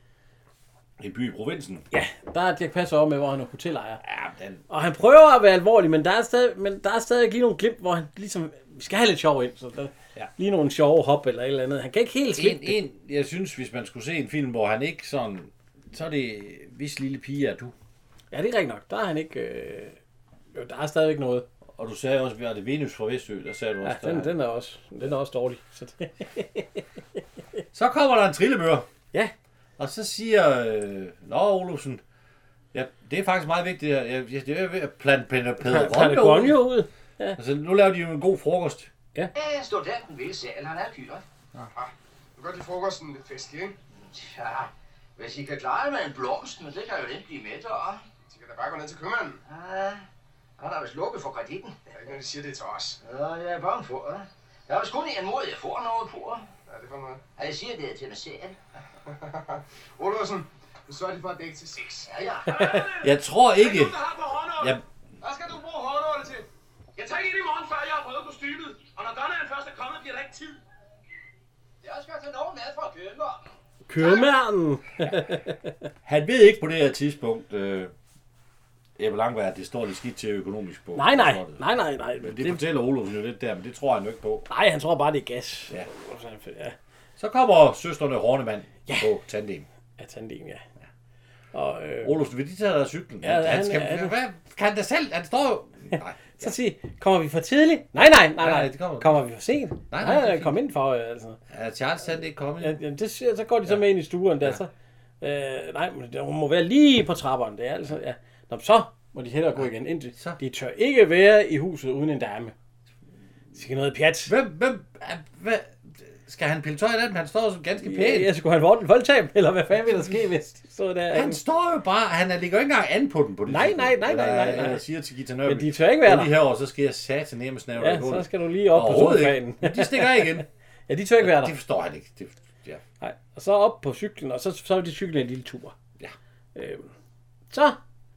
En by i provinsen?
Ja, der er Dirch Passer om med, hvor han er hotelejer.
Ja, den...
Og han prøver at være alvorlig, men der er stadig, men der er stadig lige nogle glimt, hvor han ligesom... Vi skal have lidt sjov ind, så der, ja. lige nogle sjove hop eller et eller andet. Han kan ikke helt slippe
en, en, jeg synes, hvis man skulle se en film, hvor han ikke sådan... Så er det Vis lille pige er du.
Ja, det er rigtigt nok. Der er han ikke... Øh... Jo, der er stadigvæk noget.
Og du sagde også, at det Venus fra Vestø, der sagde du også...
Ja, den, den, er også, den er også dårlig. Så, det...
så kommer der en trillemør.
Ja.
Og så siger... Øh, Nå, Olufsen... Ja, det er faktisk meget vigtigt. Jeg, jeg, jeg er ved at plante Pædagogno
ud. Ja.
Altså, nu laver de jo en god frokost.
Ja. Ja, stå der, den vilde sal. Han er kyler.
Ja. Du gør de frokosten lidt festlig, ikke?
Ja, hvis I kan klare det med en blomst, men det kan jo ikke blive med, der.
Så kan da bare gå ned til købmanden.
Ja, han har vist lukket for kreditten.
Det er ikke noget, de siger, det er til os.
Ja, jeg er bange for, ja. Jeg har vist kun en mod, jeg får noget på.
Ja, det er for noget.
Ja, jeg siger det til mig selv.
Olufsen, du sørger for at dække til seks.
Ja, ja.
Jeg tror ikke...
Ja. Hvad skal du bruge håndålet til? Jeg tager ikke ind i morgen, før jeg har prøvet kostymet. Og når Donnaen først er kommet, bliver der ikke tid.
Jeg skal tage noget mad fra købmanden.
Købmanden!
Han ved ikke på det her tidspunkt... Øh... Ebbe Langberg, at det står lidt skidt til økonomisk på.
Nej, nej, nej, nej, nej.
Men det, det fortæller Olufsen jo lidt der, men det tror han jo ikke på.
Nej, han tror bare, det er gas.
Ja.
ja.
Så kommer søstrene Hornemann ja. på tandem.
Ja, tandem, ja. ja. Og, øh...
Olufsen, vil de tage der cyklen?
Ja, han, han, skal,
han, hvad, kan han da selv? Han står jo... Nej.
Så sig, kommer vi for tidligt? Nej, nej, nej, nej.
nej det kommer.
kommer vi for sent?
Nej, nej,
nej kom ind for, altså.
Er Charles Sand ikke kommet?
Ja, jamen, det, så går de så med ind i stuen der, ja. så... Øh, nej, men hun må være lige på trapperne, det er altså, ja. Nå, så må de hellere gå igen ind. De tør ikke være i huset uden en dame. Det skal noget pjat.
Hvem, hvem, hvad, skal han pille tøj af den? Han står så ganske pænt.
Ja, ja, skulle han vold, voldtab, eller hvad fanden vil der ske, hvis de stod der?
Han står jo bare, han ligger jo ikke engang an på den på det.
Nej, nej, nej, nej, nej, nej.
Jeg siger til Gita Nørby.
Men de tør ikke være der.
Lige herovre, så skal jeg satan ned med snævre.
Ja, så skal du lige op på sofaen.
Men de stikker af igen.
Ja, de tør ikke være der.
Det forstår han ikke. Det, ja.
Nej, og så op på cyklen, og så, så er de cyklen en lille tur.
Ja.
Øhm, så...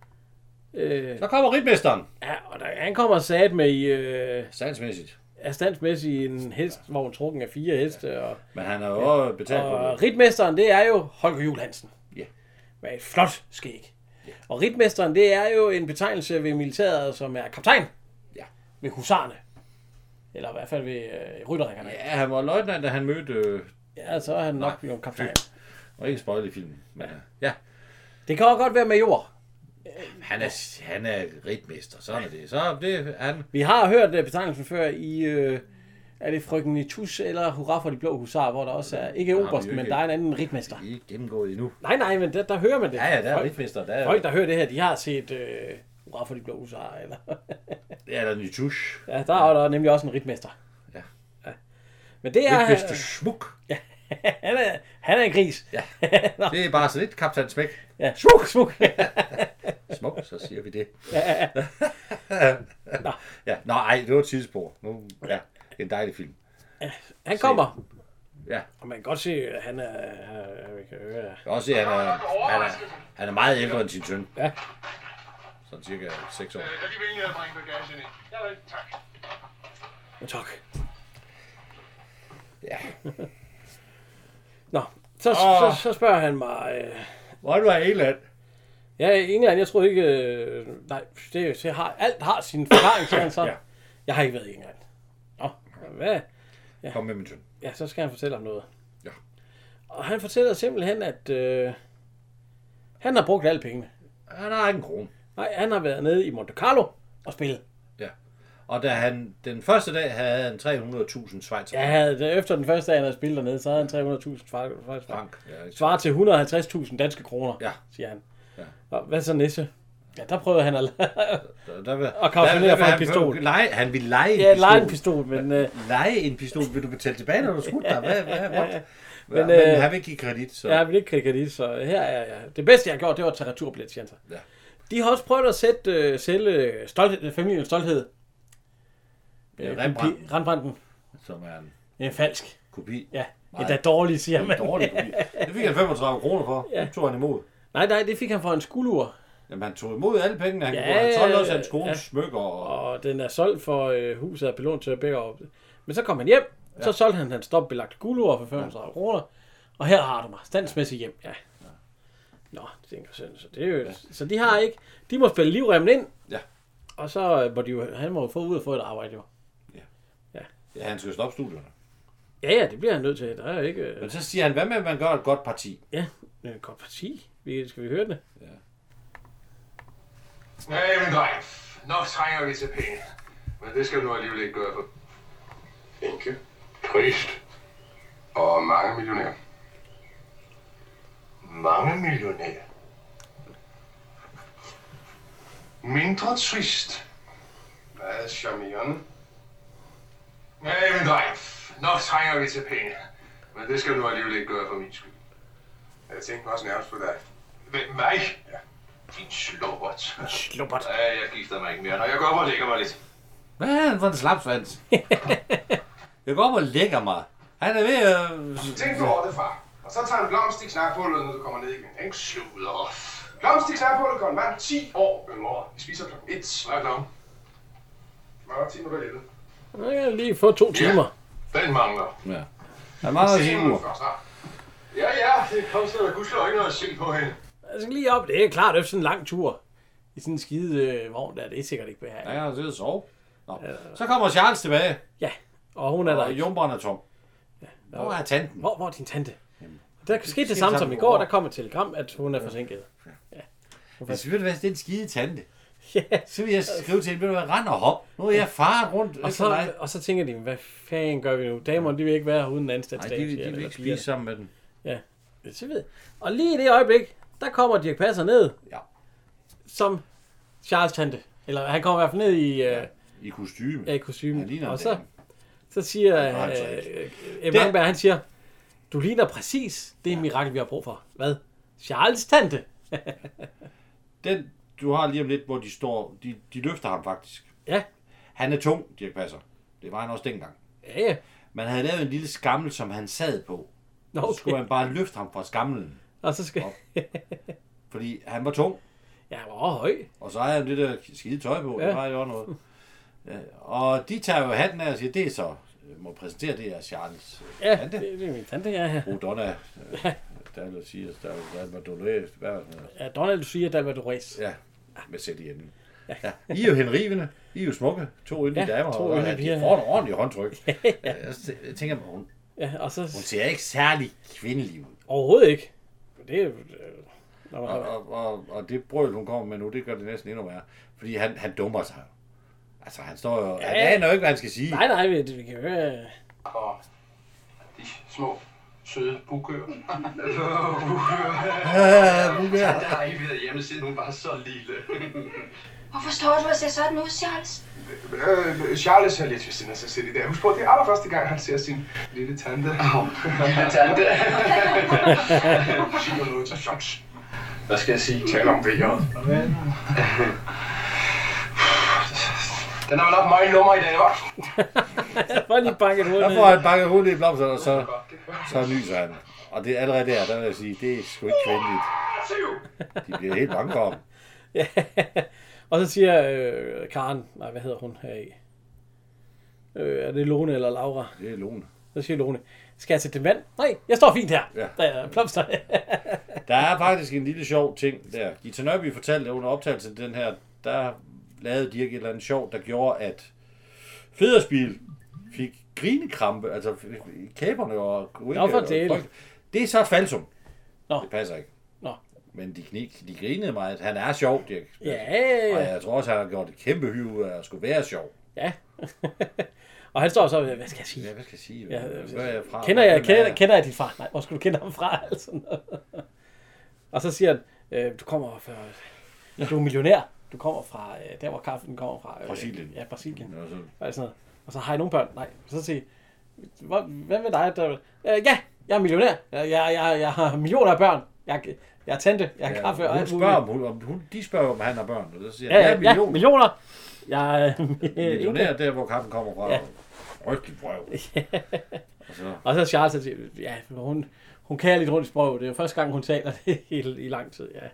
Øh,
så kommer ritmesteren.
Ja, og der, han kommer sat med i... Øh,
standsmæssigt.
Er standsmæssigt en hestvogn trukken af fire heste. Og,
men han har jo ja, betalt
og
på det.
Ritmesteren, det er jo Holger Juhl Hansen.
Ja.
Med et flot skæg. Og ritmesteren, det er jo en betegnelse ved militæret, som er kaptajn.
Ja.
Ved husarne. Eller i hvert fald ved øh, rytterrækkerne.
Ja, han var løjtnant, da han mødte... Øh...
Ja, så er han nok blevet kaptajn.
Og ikke spoil i filmen. Men, ja. ja.
Det kan også godt være major.
Han er, han er ritmester, sådan er det. Så det han...
Vi har hørt uh, betegnelsen før i... Øh, er det Frøken Nitus eller Hurra for de blå husar, hvor der også er... Ikke oberst, men der er en anden ritmester.
Det er ikke gennemgået endnu.
Nej, nej, men der, der hører man det.
Ja, ja, der er ritmester. Der er...
Folk, der hører det her, de har set øh, Hurra for de blå husar, eller...
Ja, der er Nitus.
Ja, der er der nemlig også en ritmester.
Ja.
ja. Men det er...
Ritmester Smuk.
Ja, han er, han er en gris.
Ja, det er bare så lidt kaptajn Smæk.
Ja, smuk, smuk.
Smuk, så siger vi det.
Ja,
Nå. Ja, nå, ej, det var et tidsspor. Nu, ja, en dejlig film.
Ja, han kommer.
Ja.
Og man kan godt se, at han er... Vi kan høre.
Jeg kan også se, at han er, han er, han er meget ældre end sin søn.
Ja.
Sådan cirka seks år.
Jeg kan vælge at bringe bagagen ind. Ja, vel, tak.
Men tak.
Ja.
Nå, så, oh. så, så spørger han mig... Øh,
Hvor er du af England?
Ja, i England, jeg tror ikke... Øh, nej, det, det har, alt har sin forklaring, siger han så. Ja. Jeg har ikke været i England. Nå, hvad? Ja.
Kom med min søn.
Ja, så skal han fortælle om noget.
Ja.
Og han fortæller simpelthen, at øh, han har brugt alle pengene.
Han har ikke en krone.
Nej, han har været nede i Monte Carlo og spillet.
Ja. Og da han den første dag havde han tre hundrede tusind schweizer.
Ja, havde, efter den første dag, han havde spillet dernede, så havde han tre hundrede tusind
frank.
Ja, svarer til et hundrede og halvtreds tusind danske kroner, ja. Siger han. Ja. Og hvad så Nisse? Ja, der prøvede han at,
der, der vil,
at kautionere for en pistol.
Lege, han ville lege en
ja,
pistol.
lege en pistol, men... Uh...
Lege en pistol? Vil du betale tilbage, når du skudt dig? Hvad, hvad, hvad?
Men,
men øh, han vil ikke give kredit, så...
Ja, han vil ikke give kredit, så her er jeg. Det bedste, jeg har gjort, det var at tage returbillet, siger han så. Ja. De har også prøvet at sætte, uh, sælge stolthed, familiens stolthed.
Ja, Rembrandt.
Rembrandten.
Som er en...
En falsk.
Kopi.
Ja, det er dårligt, siger man.
En dårlig kopi. Det fik han femogtredive kroner for. Ja. Det tog han imod.
Nej, nej, det fik han for en skuldur.
Jamen, han tog imod alle pengene. Han, ja, han solgte også hans kones ja. smykker.
Og... og den er solgt for øh, huset af Pelon til Bækker. Men så kom han hjem. Ja. Så solgte han hans stopbelagt skuldur for femogtredive kroner. Og her har du mig. Standsmæssigt hjem. Ja. Ja. Nå, det tænker jeg så det er jo... Ja. Så de har ikke... De må spille livremmen ind.
Ja.
Og så må de jo... Han må jo få ud og få et arbejde, jo.
Ja. Ja, ja han skal jo stoppe studierne.
Ja, ja, det bliver han nødt til. Der er ikke...
Men så siger han, hvad med, at man gør et godt parti?
Ja, et godt parti. Skal vi høre det?
Ja.
Nej, men dreng. Nå trænger vi til penge. Men det skal du alligevel ikke gøre for.
Enke. Trist.
Og mange millionærer.
Mange millionærer.
Mindre trist. Meget charmerende.
Nej, men dreng. Nå trænger vi til penge. Men det skal du alligevel ikke gøre for min skyld.
Jeg tænkte mig også nærmest på dig.
Hvem, mig?
Ja.
Din slubbert.
Slubbert.
Ja, jeg gifter mig ikke mere. Når jeg går op og lægger mig lidt.
Hvad er han for en slapsvans? Jeg går op og lægger mig. Han er ved at...
Tænk på det, far. Og så tager en blomst i knapphullet, når du kommer ned igen, ikke?
Sluder.
Blomst i knapphullet går en mand ti år yngre. Vi spiser klokken et.
Hvad er klokken?
Meget ti minutter elleve.
Jeg kan lige få to timer.
Ja, den mangler.
Ja. Han mangler timer.
Ja, ja, det kom så der gudskelov ikke noget at se på hende.
Jeg skal lige op. Det er klart efter sådan en lang tur. I sådan en skide øh, vogn der. Det er sikkert ikke behageligt.
Ja, det er sove. Nå. Ja. Så kommer Charles tilbage.
Ja, og hun er og der ikke.
Og Jumberen er tom.
Ja.
Hvor er tanten?
Hvor, hvor er din tante? Jamen, der skete det samme som i går. Der kom et telegram, at hun er forsinket. Ja.
Hvis vi ved, hvad det er en skide tante. Ja. Så vil jeg skrive til hende, at rende og hop. Nu er jeg far rundt.
Og så, og så tænker de, hvad fanden gør vi nu? Damerne, de vil ikke være her uden anstaltsdag.
Nej, de, de vil ikke spise sammen med den.
Ja, så ved. Og lige i det øjeblik, der kommer Dirch Passer ned.
Ja.
Som Charles tante. Eller han kommer i hvert fald ned i...
Ja, uh, i kostyme.
Ja, i kostyme. Og så, så siger uh, Ebbe Langberg, han siger, du ligner præcis det ja. mirakel, vi har brug for. Hvad? Charles tante.
Den, du har lige om lidt, hvor de står, de, de løfter ham faktisk.
Ja.
Han er tung, Dirch Passer. Det var han også dengang.
Ja, ja.
Man havde lavet en lille skammel, som han sad på. Okay. Så skulle man bare løfte ham fra skamlen.
Og så skal...
Fordi han var tung.
Ja, han var høj.
Og så havde han det der skide tøj på. Ja. Det var jo noget. Ja. Og de tager jo hatten af og siger, det er så, må præsentere det her Charles.
Ja, tante. Det, det er min tante, ja.
Fru Donna, Donald Lucia, Dalvadores.
Ja, Donald Lucia, Dalvadores.
Ja, med sæt i enden. Ja. I er jo henrivende. I er jo smukke. To yndige ja, damer. To og de får en ordentlig håndtryk. ja. Jeg tænker på, hun,
ja, og så...
hun ser ikke særlig kvindelig ud.
Overhovedet ikke. Det er
og, og, og, og det brøl, hun kommer med nu, det gør det næsten endnu værre. Fordi han, han dummer sig. Altså, han står jo... Ja, han aner jo ikke, hvad han skal sige.
Nej, nej, vi, vi kan høre...
Og de små, søde bukøer.
Ja, bukøer.
Jeg har ikke været hjemme, siden hun var så lille.
Hvorfor står du og ser sådan ud, Charles?
Øh, Charles er lidt ved siden af sig selv i dag. Husk på, det er allerførste gang, han ser sin lille tante.
Oh, lille tante.
Sig noget til Charles.
Hvad skal jeg sige?
Tal om vejret. Den har vel nok meget nummer i dag, hva'?
Jeg får lige banket hovedet.
Der får han banket hovedet i blomster, og så, så nyser han. Og det er allerede der, der vil jeg sige, det er sgu ikke kvindeligt. De bliver helt bange for ham.
Ja, og så siger øh, Karen, nej, hvad hedder hun her i? Øh, er det Lone eller Laura?
Det er Lone.
Så siger Lone, skal jeg sætte den vand? Nej, jeg står fint her.
Ja.
Der er blomster.
Der er faktisk en lille sjov ting der. Gita Nørby fortalte under optagelsen til den her, der lavede Dirk et eller andet sjov, der gjorde, at Federspil fik grinekrampe, altså kæberne og
Nå, for det.
Det er så et falsum.
Nå.
Det passer ikke.
Nå.
Men de, knik, de grinede meget. Han er sjov, Dirk.
Ja, ja.
Og jeg tror også, han har gjort et kæmpe hyv af at skulle være sjov.
Ja. Og han står så, hvad skal jeg sige?
Ja, hvad skal jeg sige?
Ja,
hvad er jeg fra?
Kender jeg, kender, kender jeg dit far? Nej, hvor skulle du kende ham fra? Altså. Og så siger han, øh, du kommer fra, du er millionær. Du kommer fra, øh, der hvor kaffen kommer fra. Øh,
Brasilien.
Ja, Brasilien.
Ja, så...
Og, sådan noget. Og så har jeg nogle børn. Nej, så siger hvad med dig? Der, øh, ja, jeg er millionær. Jeg, jeg, jeg, jeg har millioner af børn. Jeg, jeg er tante. Jeg har ja, kaffe og
hun
alt
spørger, om, hun, hun, de spørger, om han har børn. Og så siger
ja,
han, ja, millioner.
Ja, millioner. Jeg er
millionær der, hvor kaffen kommer fra.
Ja.
Rygtigt brøv.
Ja. Og så, og så Charles siger, ja, hun, hun kan lidt rundt i sprog. Det er jo første gang, hun taler det i, i lang tid. Ja.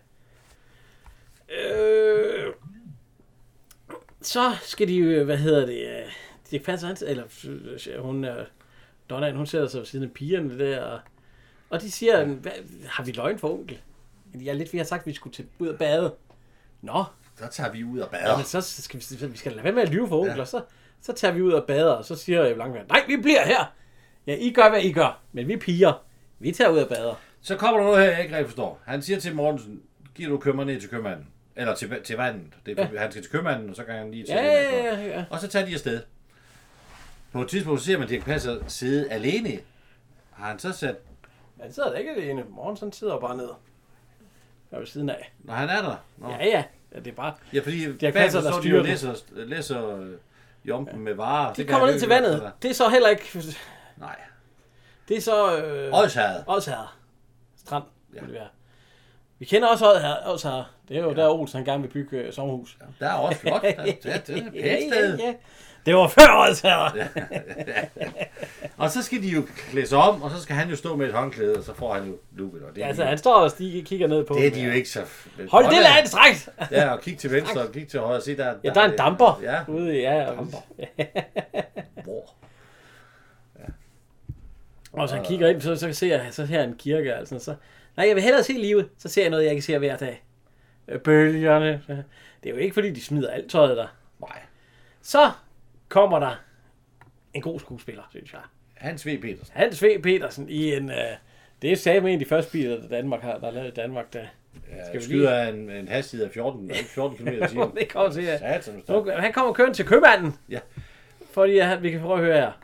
Øh, så skal de jo, hvad hedder det, det passer han, eller hun, Donna, hun sætter sig ved siden af pigerne der, og, og de siger, hvad, har vi løgn for onkel? Ja, lidt vi har sagt, at vi skulle til, ud og bade. Nå.
Så tager vi ud og bader.
Ja, men så skal vi, vi skal lade være med at lyve for onkel, ja. Og så, så tager vi ud og bader, og så siger jeg Langvand, nej, vi bliver her. Ja, I gør, hvad I gør, men vi piger, vi tager ud og bader.
Så kommer der noget her, jeg ikke rigtig forstår. Han siger til Mortensen, giver du kømmer ned til købmanden. Eller til, til vandet. Det er, ja. Han skal til købmanden, og så kan han lige til
ja, ja, ja, ja.
Og så tager de afsted. På et tidspunkt ser man, at Dirch Passer sidde alene. Har han så sat...
Ja, han sidder der ikke alene. Mortensen sidder bare ned. Jeg er ved siden af.
Når han er der? Nå.
Ja, ja. Ja, det er bare...
Ja, fordi
Dirch Passer, der
styrer de læser, læser jompen ja. Med varer.
De det kommer ned til vandet. Der. Det er så heller ikke...
Nej.
Det er så... Øh...
Odsherred.
Odsherred. Strand. Ja. Det være. Vi kender også Odsherred. Det er jo ja. Der Olsen, han gerne vil bygge uh, sommerhus.
Ja, der er også flot. Der, det er et pænt sted. Ja, ja, ja.
Det var før Odsherred. Ja,
ja. Og så skal de jo klæde sig om, og så skal han jo stå med et håndklæde, og så får han jo lukket. Og det
ja, altså han står og stiger, kigger ned på.
Det er de jo ikke så...
Hold det land straks!
Ja, og kig til venstre og kig til højre. Se, der,
ja, der er en damper
ja.
Ude i... Ja,
damper. Hvor?
Ja. Og så han kigger ind, så, så ser jeg så her en kirke, altså så... Nej, jeg vil hellere se livet, så ser jeg noget, jeg ikke ser hver dag. Bølgerne. Det er jo ikke, fordi de smider alt tøjet der.
Nej.
Så kommer der en god skuespiller, synes jeg.
Hans V. Petersen.
Hans V. Petersen i en... Uh, det er sagde med en af de første biler, der Danmark har, der er lavet i Danmark. Der.
Ja, skal vi skyder af en, en hastighed af fjorten, fjorten kilometer i timen.
Det kommer til, ja. Nu, han kommer kørende til købmanden.
Ja.
Fordi ja, vi kan prøve at høre her.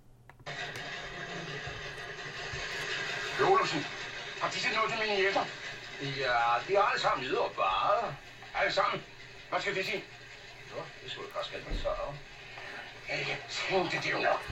Olsen, har de set noget til mine jætter? Ja, de har alle sammen videre bare. Alle sammen? Hvad skal de sige? Nå, det skulle jeg faktisk ikke så. Ja, jeg tænkte det jo nok.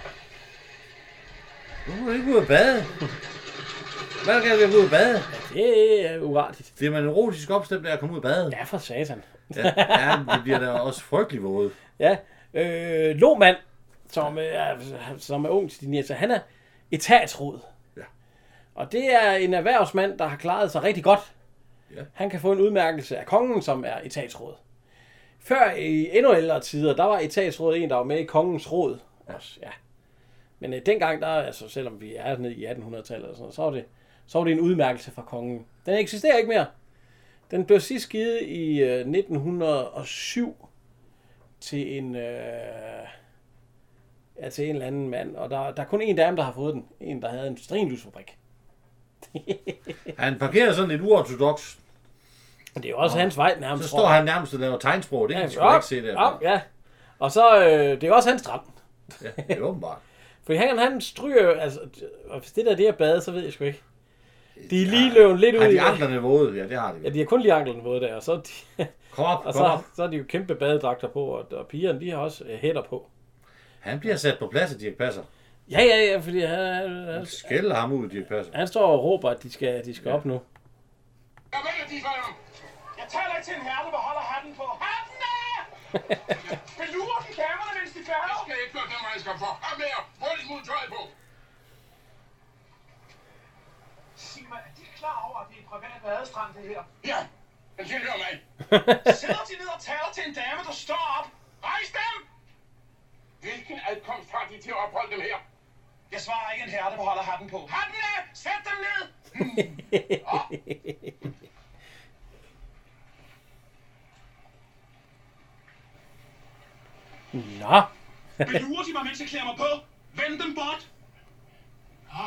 Nu må du ikke ud og bade. Hvad kan jeg gå ud og bade?
Ja, det er uartigt.
Det er man erotisk opstemt af at komme ud og bade.
Ja, for satan.
Ja, ja, det bliver da også frygtelig våde.
Ja, øh, Lohmann, som er, som er ung til de næste, han er etatsråd. Ja. Og det er en erhvervsmand, der har klaret sig rigtig godt. Ja. Han kan få en udmærkelse af kongen, som er etatsråd. Før i endnu ældre tider, der var etatsråd en, der var med i kongens råd. Ja. Også, ja. Men øh, dengang, der, altså, selvom vi er nede i attenhundredetallet, så, så var det så var det en udmærkelse fra kongen. Den eksisterer ikke mere. Den blev sidst givet i øh, nitten hundrede og syv til en, øh, ja, til en eller anden mand. Og der, der er kun en dame, der har fået den. En, der havde en strinlysfabrik.
Han parkerer sådan lidt uortodox.
Det er jo også oh. hans vej nærmest.
Så står han nærmest og laver tegnsprog. Det kan ja,
ja,
ikke se der.
Ja, ja. Og så, øh, det er også hans strand.
Ja, det er åbenbart.
For han, han stryger, altså, og hvis det der det er bade, så ved jeg sgu ikke. De er lige løbet lidt ud.
Har de anklerne våde? Ja, det har de.
Ja, de har kun lige anklerne våde der, og så, de,
kom op,
og
kom
så,
op.
så er de jo kæmpe badedragter på, og, og pigerne, de har også øh, hætter på.
Han bliver sat på plads af Dirch Passer.
Ja, ja, ja, fordi han... Han,
han skælder ham ud, Dirch Passer.
Han står og råber, at de skal, de skal ja. op nu.
Jeg vælger de for Jeg taler ikke til en herre, der holder hatten på. Hatten af! Belurer den kamerne, mens de færder.
Jeg skal ikke gøre dem, jeg skal for. Ham her, hurtigt smule tøj på.
Sig mig, er de klar over, at det er en privat badestrand, det her?
Ja, men tilhører mig.
Sidder de ned og taler til en dame, der står op? Rejs dem!
Hvilken adkomst har de til at opholde dem her?
Jeg svarer ikke en herre, der holder hatten på. Hatten af! Sæt dem ned! Hmm. Oh.
Nå.
Belurer de mig, mens jeg klæder mig på? Vend dem bort! Nå.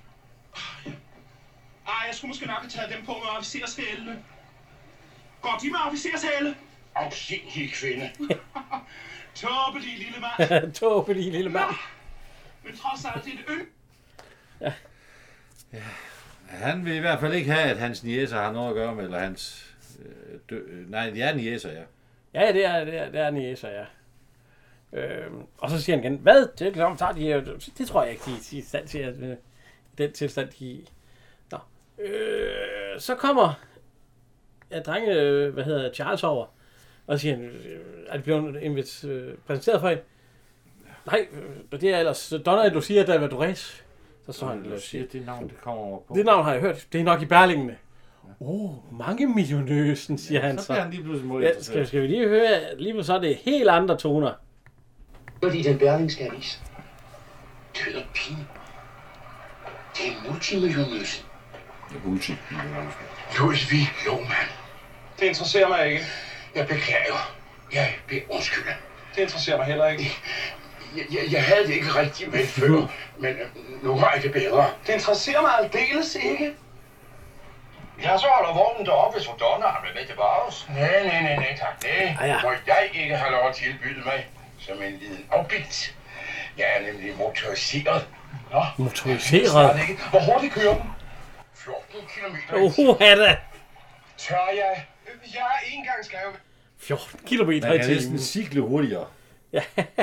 Ej, jeg skulle måske nok have taget dem på med officershælene. Går de med officershæle?
Afsindig kvinde.
Tåbelig lille mand.
Tåbelig lille mand.
Men trods alt et øl.
Ja.
Ja. Han vil i hvert fald ikke have, at hans niæser har noget at gøre med, eller hans... Øh, dø, nej, de er niæser, ja.
Ja, det er, det er, det er niæser, ja. Øhm, og så siger han igen, hvad? Det, det, tager de her, det tror jeg ikke, de, de er i stand til, at øh, den tilstand, de... Nå. Øh, så kommer ja, drenge, øh, hvad hedder Charles over, og så siger han, øh, er det blevet invit, øh, præsenteret for hende? Nej, øh, det er ellers Donna et Lucia da Vadores. Så står han og siger,
det navn, det kommer over på.
Det navn har jeg hørt, det er nok i Berlingene. Åh, oh, mange millionøsen, siger ja, han så.
Så bliver han lige pludselig
ja, skal, skal vi lige høre, lige på så er det helt andre toner.
Fordi den berlingske avis død og pine. Det er multimillionøsen.
Det er multimillionøsen.
Ludvig Lohmann.
Det interesserer mig ikke.
Jeg beklager. Jeg beder undskylde.
Det interesserer mig heller ikke.
Jeg, jeg, jeg havde det ikke rigtig med før, men nu har jeg det bedre.
Det interesserer mig aldeles ikke.
Ja, så holder vognen deroppe, hvis Donna har med til Baros. Nej, nej, nej, nej, tak. Nej,
ah, ja.
må jeg ikke have lov at tilbyde mig som en liten afbigt. Jeg er nemlig motoriseret.
Nå, motoriseret?
Hvor hurtigt kører den? fjorten kilometer.
Åh, oh, da.
Tør jeg? Jeg er en gang skrevet.
fjorten kilometer i timen.
Man kan næsten cykle hurtigere.
Ja.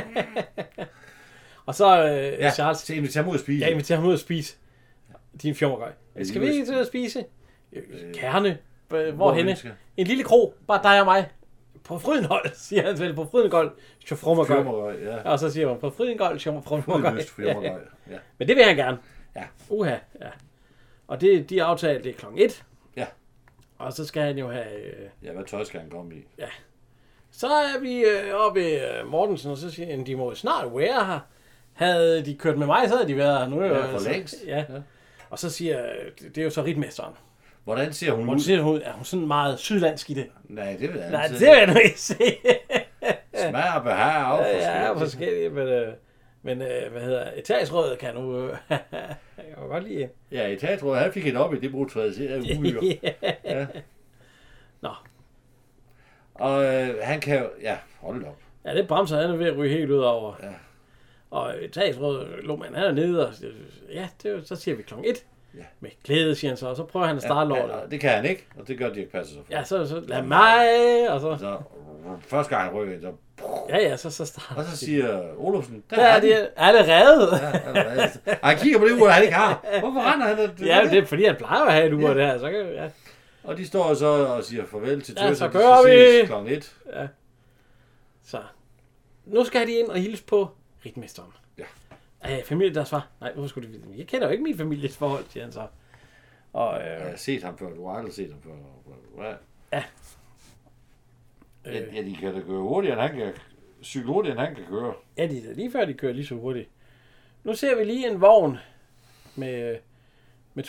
Og så øh,
ja,
Charles...
så inviterer ham ud at spise.
Ja, inviterer ham ud at spise. Din fjorgøj. Ja, skal vi ikke til at spise? Øh, Kerne. Hvor, hvor henne? En lille kro. Bare dig og mig. På Frydengold, siger han vel. På Frydengold. Sjofrummergøj.
Ja.
Og så siger man på Frydengold. Sjofrummergøj.
Ja. Ja.
Men det vil han gerne.
Ja.
Uha, ja. Og det, de aftalte det klokken et.
Ja.
Og så skal han jo have... Øh...
Ja, hvad tøj skal han komme i?
Ja. Så er vi øh, oppe ved øh, Mortensen, og så siger han, de må snart være her. Havde de kørt med mig, så havde de været her nu.
Ja, for
altså,
længst.
Ja. Ja. Og så siger, det er jo så ritmesteren.
Hvordan ser hun
Hvordan ser hun ud? Er hun sådan meget sydlandsk i det?
Nej, det vil jeg
Nej, det vil jeg nu ikke se.
Smag og behag og forskellige.
Ja, forskellige, men, øh, men øh, hvad hedder, etagerådet kan nu... Øh, jeg kan godt lide.
Ja, etagerådet, han fik et op i det brugtræet, det er uhyre. Ja.
Nå.
Og øh, han kan jo... Ja, hold op.
Ja, det bremser han er ved at ryge helt ud over.
Ja.
Og etagerådet, Lohmann, han er nede, og ja, det, så siger vi klokken et. Ja. Med glæde, siger han så, og så prøver han at starte
ja,
lortet.
Ja, det kan han ikke, og det gør Dirch Passer så for.
Ja, så, så lad mig, og så...
så første gang han rykker, så...
Ja, ja, så, så starter...
Og så siger Olufsen,
der, der er det allerede.
Ja, allerede. Og han kigger på det ur, han ikke har. Hvorfor render han? Det,
ja, det er fordi, han plejer at have et ur, ja. Det her, så kan ja.
Og de står så og siger farvel til tøser,
ja, så
gør vi klokken et.
Ja. Så. Nu skal de ind og hilse på ritmesteren.
Ja.
Æh, familie, der svar. Nej, hvorfor skulle de... Jeg kender jo ikke min families forhold, siger han så. Og, øh...
Jeg har set ham før. Du har aldrig set ham før. Ja.
Ja.
Ja, ja, de kan da køre hurtigere, end han kan... Cykle hurtigere, end han kan køre.
Ja, de, lige før de kører lige så hurtigt. Nu ser vi lige en vogn med, med to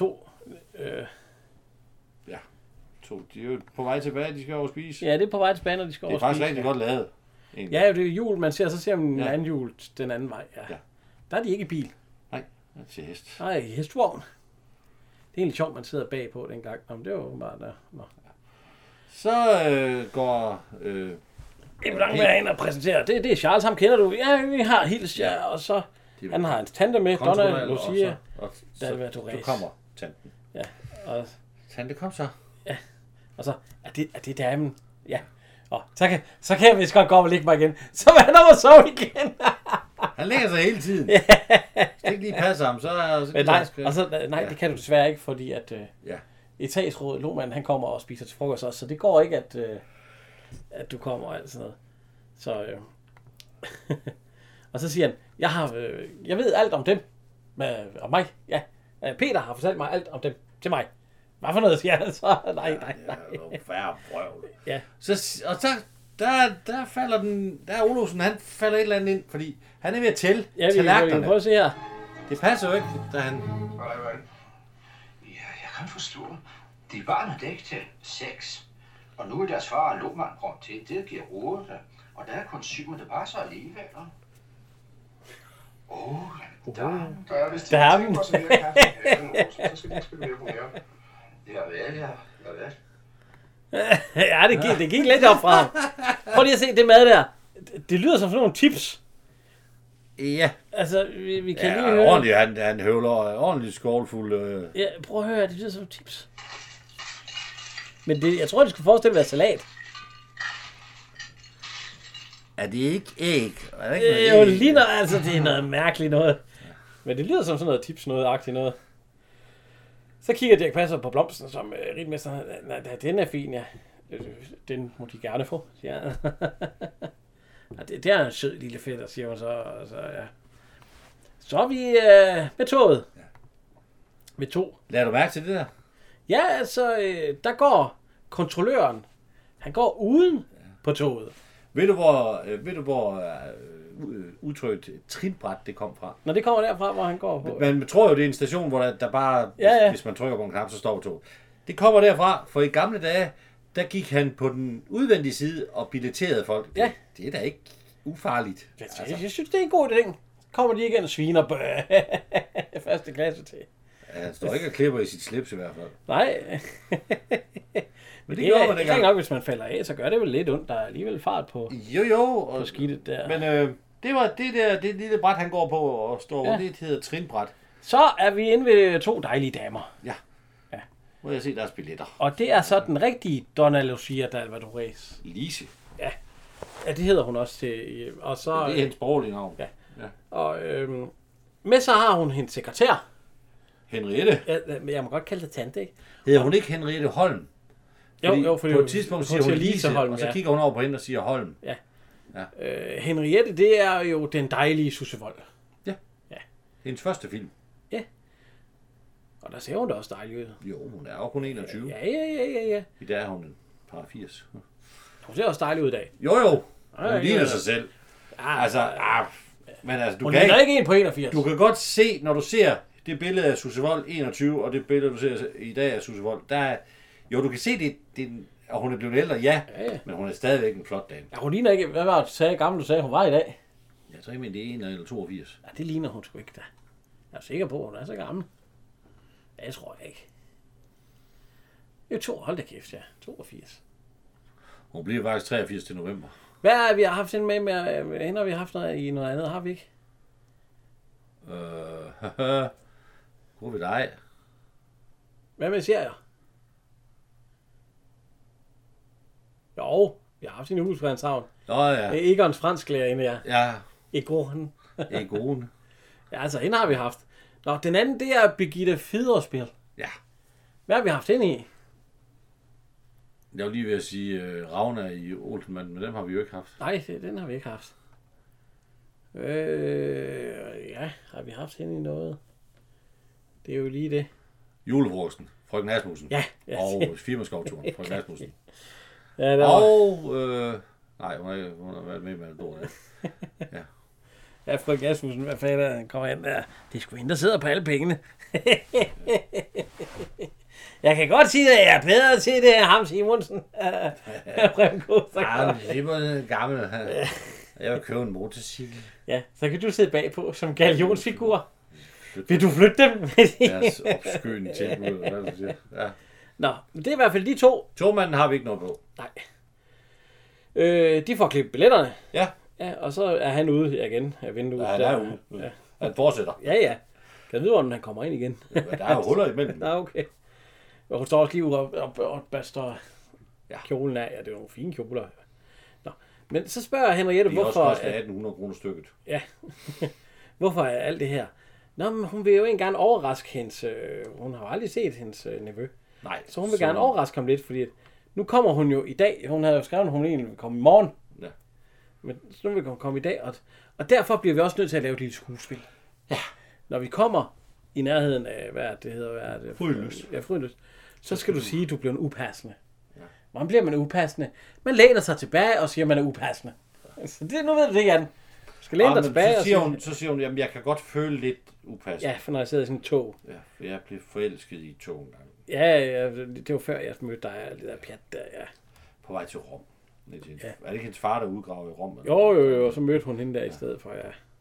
Øh,
ja. To, de er jo på vej tilbage, de skal over spise.
Ja, det er på vej tilbage, når de skal over
spise. Det er faktisk
spise,
rigtig
ja.
godt lavet. Egentlig.
Ja, det er jul, man ser, så ser man en
ja.
anden jul den anden vej. Ja.
Ja.
Der er de ikke i bil.
Nej, det er til hest.
Nej, i hestvogn. Det er egentlig sjovt, man sidder bagpå dengang. Nå, men det var jo bare der. Nå.
Så øh, går... Øh,
det er langt med at ind og præsentere. Det, det er Charles, ham kender du. Ja, vi har Hils, ja, og så... Han har hans tante med, Donna Lucia.
Og så,
der
og så, så kommer tanten.
Ja, og...
Tante, kom så.
Ja, og så... Er det, er det damen? Ja. Og så kan, så kan jeg vist godt gå op og ligge mig igen. Så var han over og sove igen.
Han lægger sig hele tiden. Hvis det ikke lige passer ham, så er så
nej, og så, nej, ja. Det kan du desværre ikke, fordi at øh,
ja.
etagerådet Lohmann, han kommer og spiser til frokost også, så det går ikke, at, øh, at du kommer og alt sådan noget. Så, øh, og så siger han, jeg har, øh, jeg ved alt om dem, øh, om mig, ja. Peter har fortalt mig alt om dem til mig. Hvad for noget, siger han så? Nej, nej, nej.
Ja, det er færre brøvl.
Ja.
Så, og så, der, der falder den, der er Olufsen, han falder et eller andet ind, fordi han er ved at tælle
ja, tallerkenerne. Prøv at se her.
Det passer jo ikke, da han...
Ja, jeg kan forstå. De var en dæk til seks. Og nu er deres far Lohmann kommet til. Det giver otte. Og der er kun syv, men det passer alligevel. Åh, oh, der,
der er vist
der er den.
Så skal de ikke spille mere på mere.
Ja, vel, ja. Ja, vel.
Ja, det gik, det gik lidt op fra ham. Prøv lige at se det mad der. Det, det lyder som sådan nogle tips.
Ja.
Altså, vi, vi kan
ja,
lige høre...
ordentligt, han, han høvler ordentligt skålfuld. Øh.
Ja, prøv at høre, det lyder som nogle tips. Men det, jeg tror, det skulle forestille at være salat.
Er det ikke æg? Er det ikke
noget æg? Jo, det ligner, altså, det er noget mærkeligt noget. Men det lyder som sådan noget tips, noget-agtigt noget. Så kigger Dirch Passer på blomsten, som øh, ritmesteren, nej, den er fin, ja. Den må de gerne få, siger ja. Ja, det, det er en sød lille fætter, siger hun så. så ja. Så er vi øh, med toget. Ja. Med to.
Lad du mærke til det der?
Ja, altså, øh, der går kontrolløren. Han går uden ja. På toget.
Ved du, hvor, øh, ved du, hvor øh, udtrykt trinbræt det kom fra?
Når det kommer derfra, hvor han går på.
Man tror jo, det er en station, hvor der, der bare,
ja, ja.
hvis man trykker på en knap, så står toget. Det kommer derfra, for i gamle dage, der gik han på den udvendige side og billetterede folk.
Ja.
Det, det er da ikke ufarligt.
Jeg, altså. jeg, jeg synes, det er en god idé. Kommer de igen og sviner første klasse til.
Ja, han står ikke og klipper i sit slips i hvert fald.
Nej. Men det, det gør man ikke. Nok, hvis man falder af, så gør det vel lidt ondt. Der er alligevel fart på,
jo, jo, og,
på skidtet der.
Men øh, det var det der det lille bræt, han går på og står ja. Det hedder trinbræt.
Så er vi inde ved to dejlige damer.
Ja. Ja. Må jeg se deres billetter.
Og det er så den rigtige Donna Lucia d'Alvadores.
Lise.
Ja. Ja, det hedder hun også til. Og så,
ja, det er hendes borgerlige navn.
Ja. Ja. Og øhm, med så har hun hendes sekretær.
Henriette.
Ja, jeg må godt kalde det tante, ikke?
Hedder hun ikke Henriette Holm?
Fordi jo, jo, fordi
på et tidspunkt siger hun Lise, Holm, og så ja. Kigger hun over på hende og siger Holm.
Ja. Ja. Øh, Henriette, det er jo den dejlige Susse Wold.
Ja.
Ja.
Hendes første film.
Ja. Og der ser hun da også dejlig ud.
Jo, hun er jo kun enogtyve.
Ja, ja, ja, ja, ja.
I dag er hun en par firs.
Hun ser også dejlig ud i dag.
Jo, jo. Hun
ja,
ligner
ja.
sig selv.
Ja,
altså, ah, men altså, du
hun
kan
ikke, ikke en på enogfirs.
Du kan godt se, når du ser det billede af Susse Wold enogtyve, og det billede, du ser i dag af Susse Wold, der er, jo, du kan se, det, det og hun er blevet ældre, ja, ja, ja, men hun er stadigvæk en flot dame.
Ja, hun ligner ikke, hvad var det, du sagde, gammel, du sagde, hun var i dag?
Jeg tror ikke, det er en eller toogfirs.
Ja, det ligner hun sgu ikke da. Jeg er sikker på, at hun er så gammel. Ja, det tror jeg ikke. Det er to, hold da kæft, ja, toogfirs.
Hun bliver faktisk treogfirs til november.
Hvad er vi har haft hende med, med hende, har vi haft noget i noget andet, har vi ikke?
Øh, hvor ved dig?
Hvad med serier? Jo, vi har haft hende i hus på hans havn.
Nå ja.
Egons fransklærerinde, ja.
Ja.
Egon.
Egon.
Ja, altså, hende har vi haft. Nå, den anden, det er Birgitte Fiederspil.
Ja.
Hvad har vi haft hende i?
Jeg var lige ved at sige uh, Ravna i Olsenmanden, men dem har vi jo ikke haft.
Nej, det, den har vi ikke haft. Øh, ja, har vi haft hende i noget? Det er jo lige det.
Julefrokosten, Frøken Asmussen.
Ja. ja.
Og firmaskovturen, Frøken Asmussen.
Ja, der
og, øh, nej, hun har, hun har været med med Matador. Ja.
Ja, frøken Asmussen, hvad fanden er han kommer ind der? Det er sgu hende, der sidder på alle pengene. Jeg kan godt sige, at jeg er bedre til det, ham Simonsen.
Ja, Simon er gammel. Jeg vil købe en motorcykel.
Ja, så kan du sidde bagpå som galionsfigur. Vil du flytte dem?
Deres opskøende tilbud, hvad du siger. Ja.
Nå, det er i hvert fald de to.
Togmanden har vi ikke noget på.
Nej. Øh, de får klippet billetterne.
Ja.
Ja, og så er han ude igen af vinduet.
Ja, han er ude. Ja. Han fortsætter.
Ja, ja. Kan du vide, hvordan han kommer ind igen?
Ja, der er jo huller imellem.
Nå, okay. Og hun står også lige ude og, og, og baster ja. kjolen af. Ja, det er jo nogle fine kjoler. Nå. Men så spørger Henriette, hvorfor...
De har også kostet atten hundrede kroner stykket.
Ja. Hvorfor er alt det her? Nå, men hun vil jo ikke gerne overraske hendes... Øh, hun har jo aldrig set hendes øh, nevø.
Nej.
Så hun vil
så...
gerne overraske ham lidt, fordi nu kommer hun jo i dag. Hun havde jo skrevet, at hun egentlig vil komme i morgen.
Ja.
Men nu vil hun komme i dag, og, og derfor bliver vi også nødt til at lave et lille skuespil.
Ja.
Når vi kommer i nærheden af, hvad det hedder, hvad er det?
Frydenlyst.
Ja, Frydenlyst. Så skal du sige, at du bliver en upassende. Ja. Hvordan bliver man upassende? Man læner sig tilbage og siger, at man er upassende. Ja. Så det, nu ved du det ikke, Jan. Du skal læne dig tilbage
så siger
og
hun, sige... Så siger hun, jamen jeg kan godt føle lidt upassende.
Ja, for når jeg sidder i sådan et tog.
Ja, for jeg blev forelsket i et tog engang.
Ja, ja, det var før jeg mødte dig og det der pjat der, ja.
På vej til Rom. Ja. Er det ikke hendes far, der udgraver i Rom?
Jo, jo, jo, og så mødte hun hende der ja. i stedet for, ja.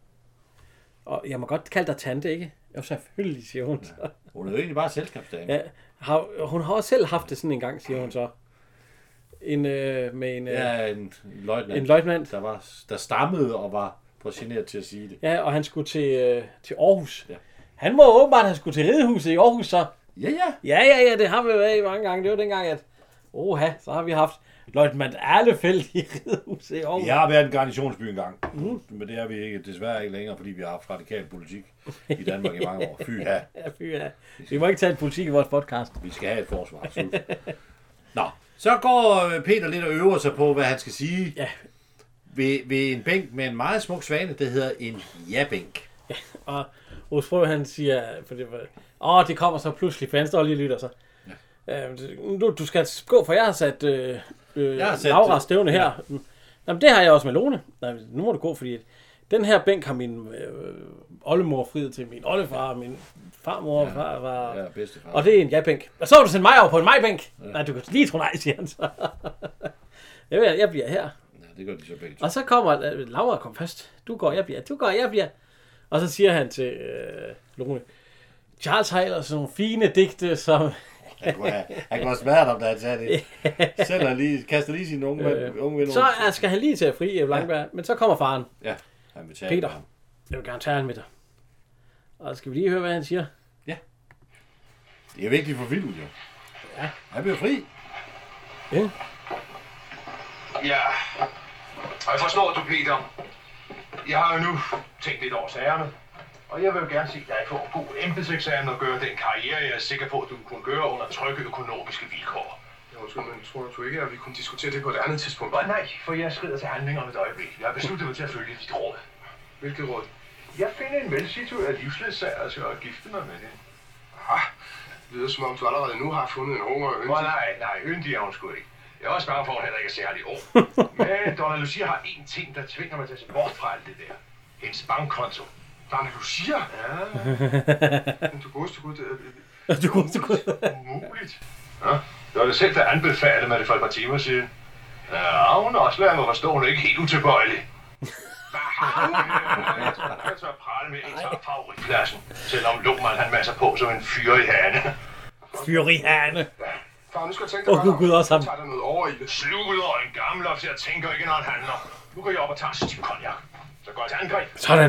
Og jeg må godt kalde dig tante, ikke? Jo, selvfølgelig, siger hun så.
Ja. Hun er jo egentlig bare selskabsdame.
Ja, har, hun har også selv haft det sådan en gang, siger hun så. En, øh, med en... Øh,
ja, en løjtnant.
En løjtnant.
Der, var, der stammede og var for generet til at sige det.
Ja, og han skulle til, øh, til Aarhus.
Ja.
Han må åbenbart, han skulle til Ridehuset i Aarhus, så.
Ja, ja.
Ja, ja, ja, det har vi været i mange gange. Det var dengang, at... Oha, så har vi haft løjtnant Erlefeldt i Ridehuset i Aarhus.
Vi har været en garnisonsby engang. Mm. Men det er vi ikke, desværre ikke længere, fordi vi har haft radikal politik i Danmark i mange år. Fy ja.
Ja, fy ja. Vi må ikke tage politik i vores podcast.
Vi skal have et forsvar. Nå, så går Peter lidt og øver sig på, hvad han skal sige.
Ja.
Ved, ved en bænk med en meget smuk svane, der hedder en ja-bænk.
Ja, og Osfrø, han siger, for det var, åh, det kommer så pludselig, for han står lige og lytter så. Ja. Øh, du, du skal gå, for jeg har sat, øh, øh,
jeg har sat
Laura stævne her. Ja. Jamen, det har jeg også med Lone. Nej, nu må du gå, fordi den her bænk har min øh, oldemor friet til min oldefar, min farmor og ja, far, var,
ja, bedstefar.
Og det er en ja-bænk. Og så har du sendt mig over på en mig-bænk. Ja. Nej, du kan lige tro nej, siger han så. jeg, ved, jeg bliver her.
Ja, det gør de så begge to.
Og så kommer, øh, Laura kom først. Du går, jeg bliver. Du går, jeg bliver. Og så siger han til øh, Lone, Charles har ellers sådan nogle fine digte, som...
Han kunne have, han kunne have smadret ham, da han sagde det. Selv han lige, kaster lige sin unge, øh, unge ven.
Så er, skal han lige til at fri Ebbe Langberg, ja. Men så kommer faren.
Ja, han vil tage
Peter, ham. Jeg vil gerne tage han med dig. Og skal vi lige høre, hvad han siger?
Ja. Det er vigtigt for filmen, jo.
Ja.
Han bliver fri.
Ja.
Ja. Og jeg forstår du, Peter. Jeg har jo nu tænkt lidt over sagerne. Og jeg vil jo gerne se dig få en god embedseksamen og gøre den karriere, jeg er sikker på, at du kunne gøre under trygge økonomiske vilkår.
Jeg måske, men tror du ikke, at vi kunne diskutere det på et andet tidspunkt?
Nej, nej, for jeg skrider til handling om et øjeblik. Jeg har besluttet mig til at følge dit råd.
Hvilket råd?
Jeg finder en velsitueret livsledsager til at gifte mig med det.
Ah, det lyder som om du allerede nu har fundet en ung og yndig.
Åh, nej, nej, yndig er hun sgu ikke. Jeg er også bange for, at hun heller ikke er særlig ung. Men Donna Lucia har én ting, der tvinger mig til at se bort fra alt det der. Hendes bankkonto.
Donna Lucia?
Ja.
Men du godeste gud, det
er... Du godeste gud.
Umuligt. Ja, det var det selv, der anbefalede mig det for et par timer siden. Ja, hun har også lært mig at forstå, hun er ikke helt utilbøjelig. Hvad har hun? Jeg tror, jeg tør prale med, at jeg tager favoritpladsen. Selvom Lohmann han masser på som en fyrig hane.
Fyrig hane?
Far, nu skal jeg tænke dig,
oh, Gud, Gud, også ham.
Tager der noget over i det.
Sluget og en gammel officer tænker ikke, når han handler. Nu går jeg op og tager en stiv konjak. Så går jeg til angreb.
Sådan.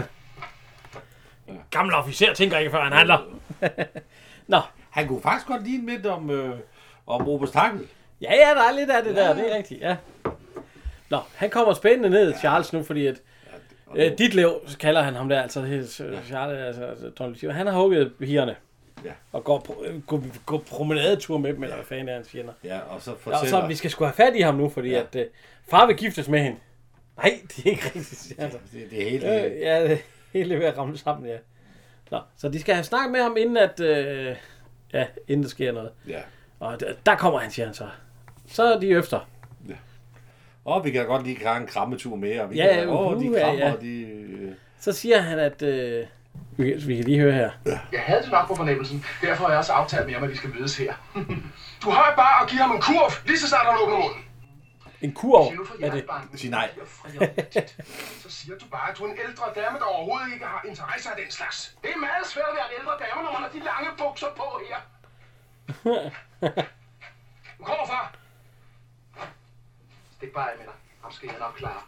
Gammel officer tænker ikke, før han handler. Nå.
Han kunne faktisk godt lide lidt om, øh, om Robert Takkel.
Ja, ja, der er lidt af det ja. der, det er rigtigt, ja. Nå, han kommer spændende ned, Charles, nu, fordi at øh, Ditlev, kalder han ham der, altså, øh, Charles, altså, han har hugget pigerne.
Ja.
Og går, går, går promenadetur med dem, eller hvad fanden er han siger.
Ja, og så
fortæller... Og så vi skal sgu have fat i ham nu, fordi ja. at øh, far vil giftes med hende. Nej, det er ikke rigtigt. Altså.
Det, det er helt...
Øh, ja, det er helt ved at ramle sammen, ja. Nå, så de skal have snakket med ham, inden at... Øh, ja, inden der sker noget.
Ja.
Og der, der kommer han, siger han så. Så er de efter.
Ja. Og vi kan godt lige have en krammetur mere. Vi
ja,
kan,
uh,
åh, de
uh,
krammer,
ja.
de...
Så siger han, at... Øh, vi, vi kan lige høre her.
Jeg havde det nok på fornemmelsen. Derfor har jeg også aftalt med ham, at vi skal mødes her. Du har bare at give ham en kurv, lige så snart han åbner munden.
En kurv? Er det?
Sig nej.
Så siger du bare, at du er en ældre dame, der overhovedet ikke har interesse af den slags. Det er meget svært at være en ældre dame, når man har de lange bukser på her. Nu kommer far. Stik bare af med dig. Ham skal jeg nok klare.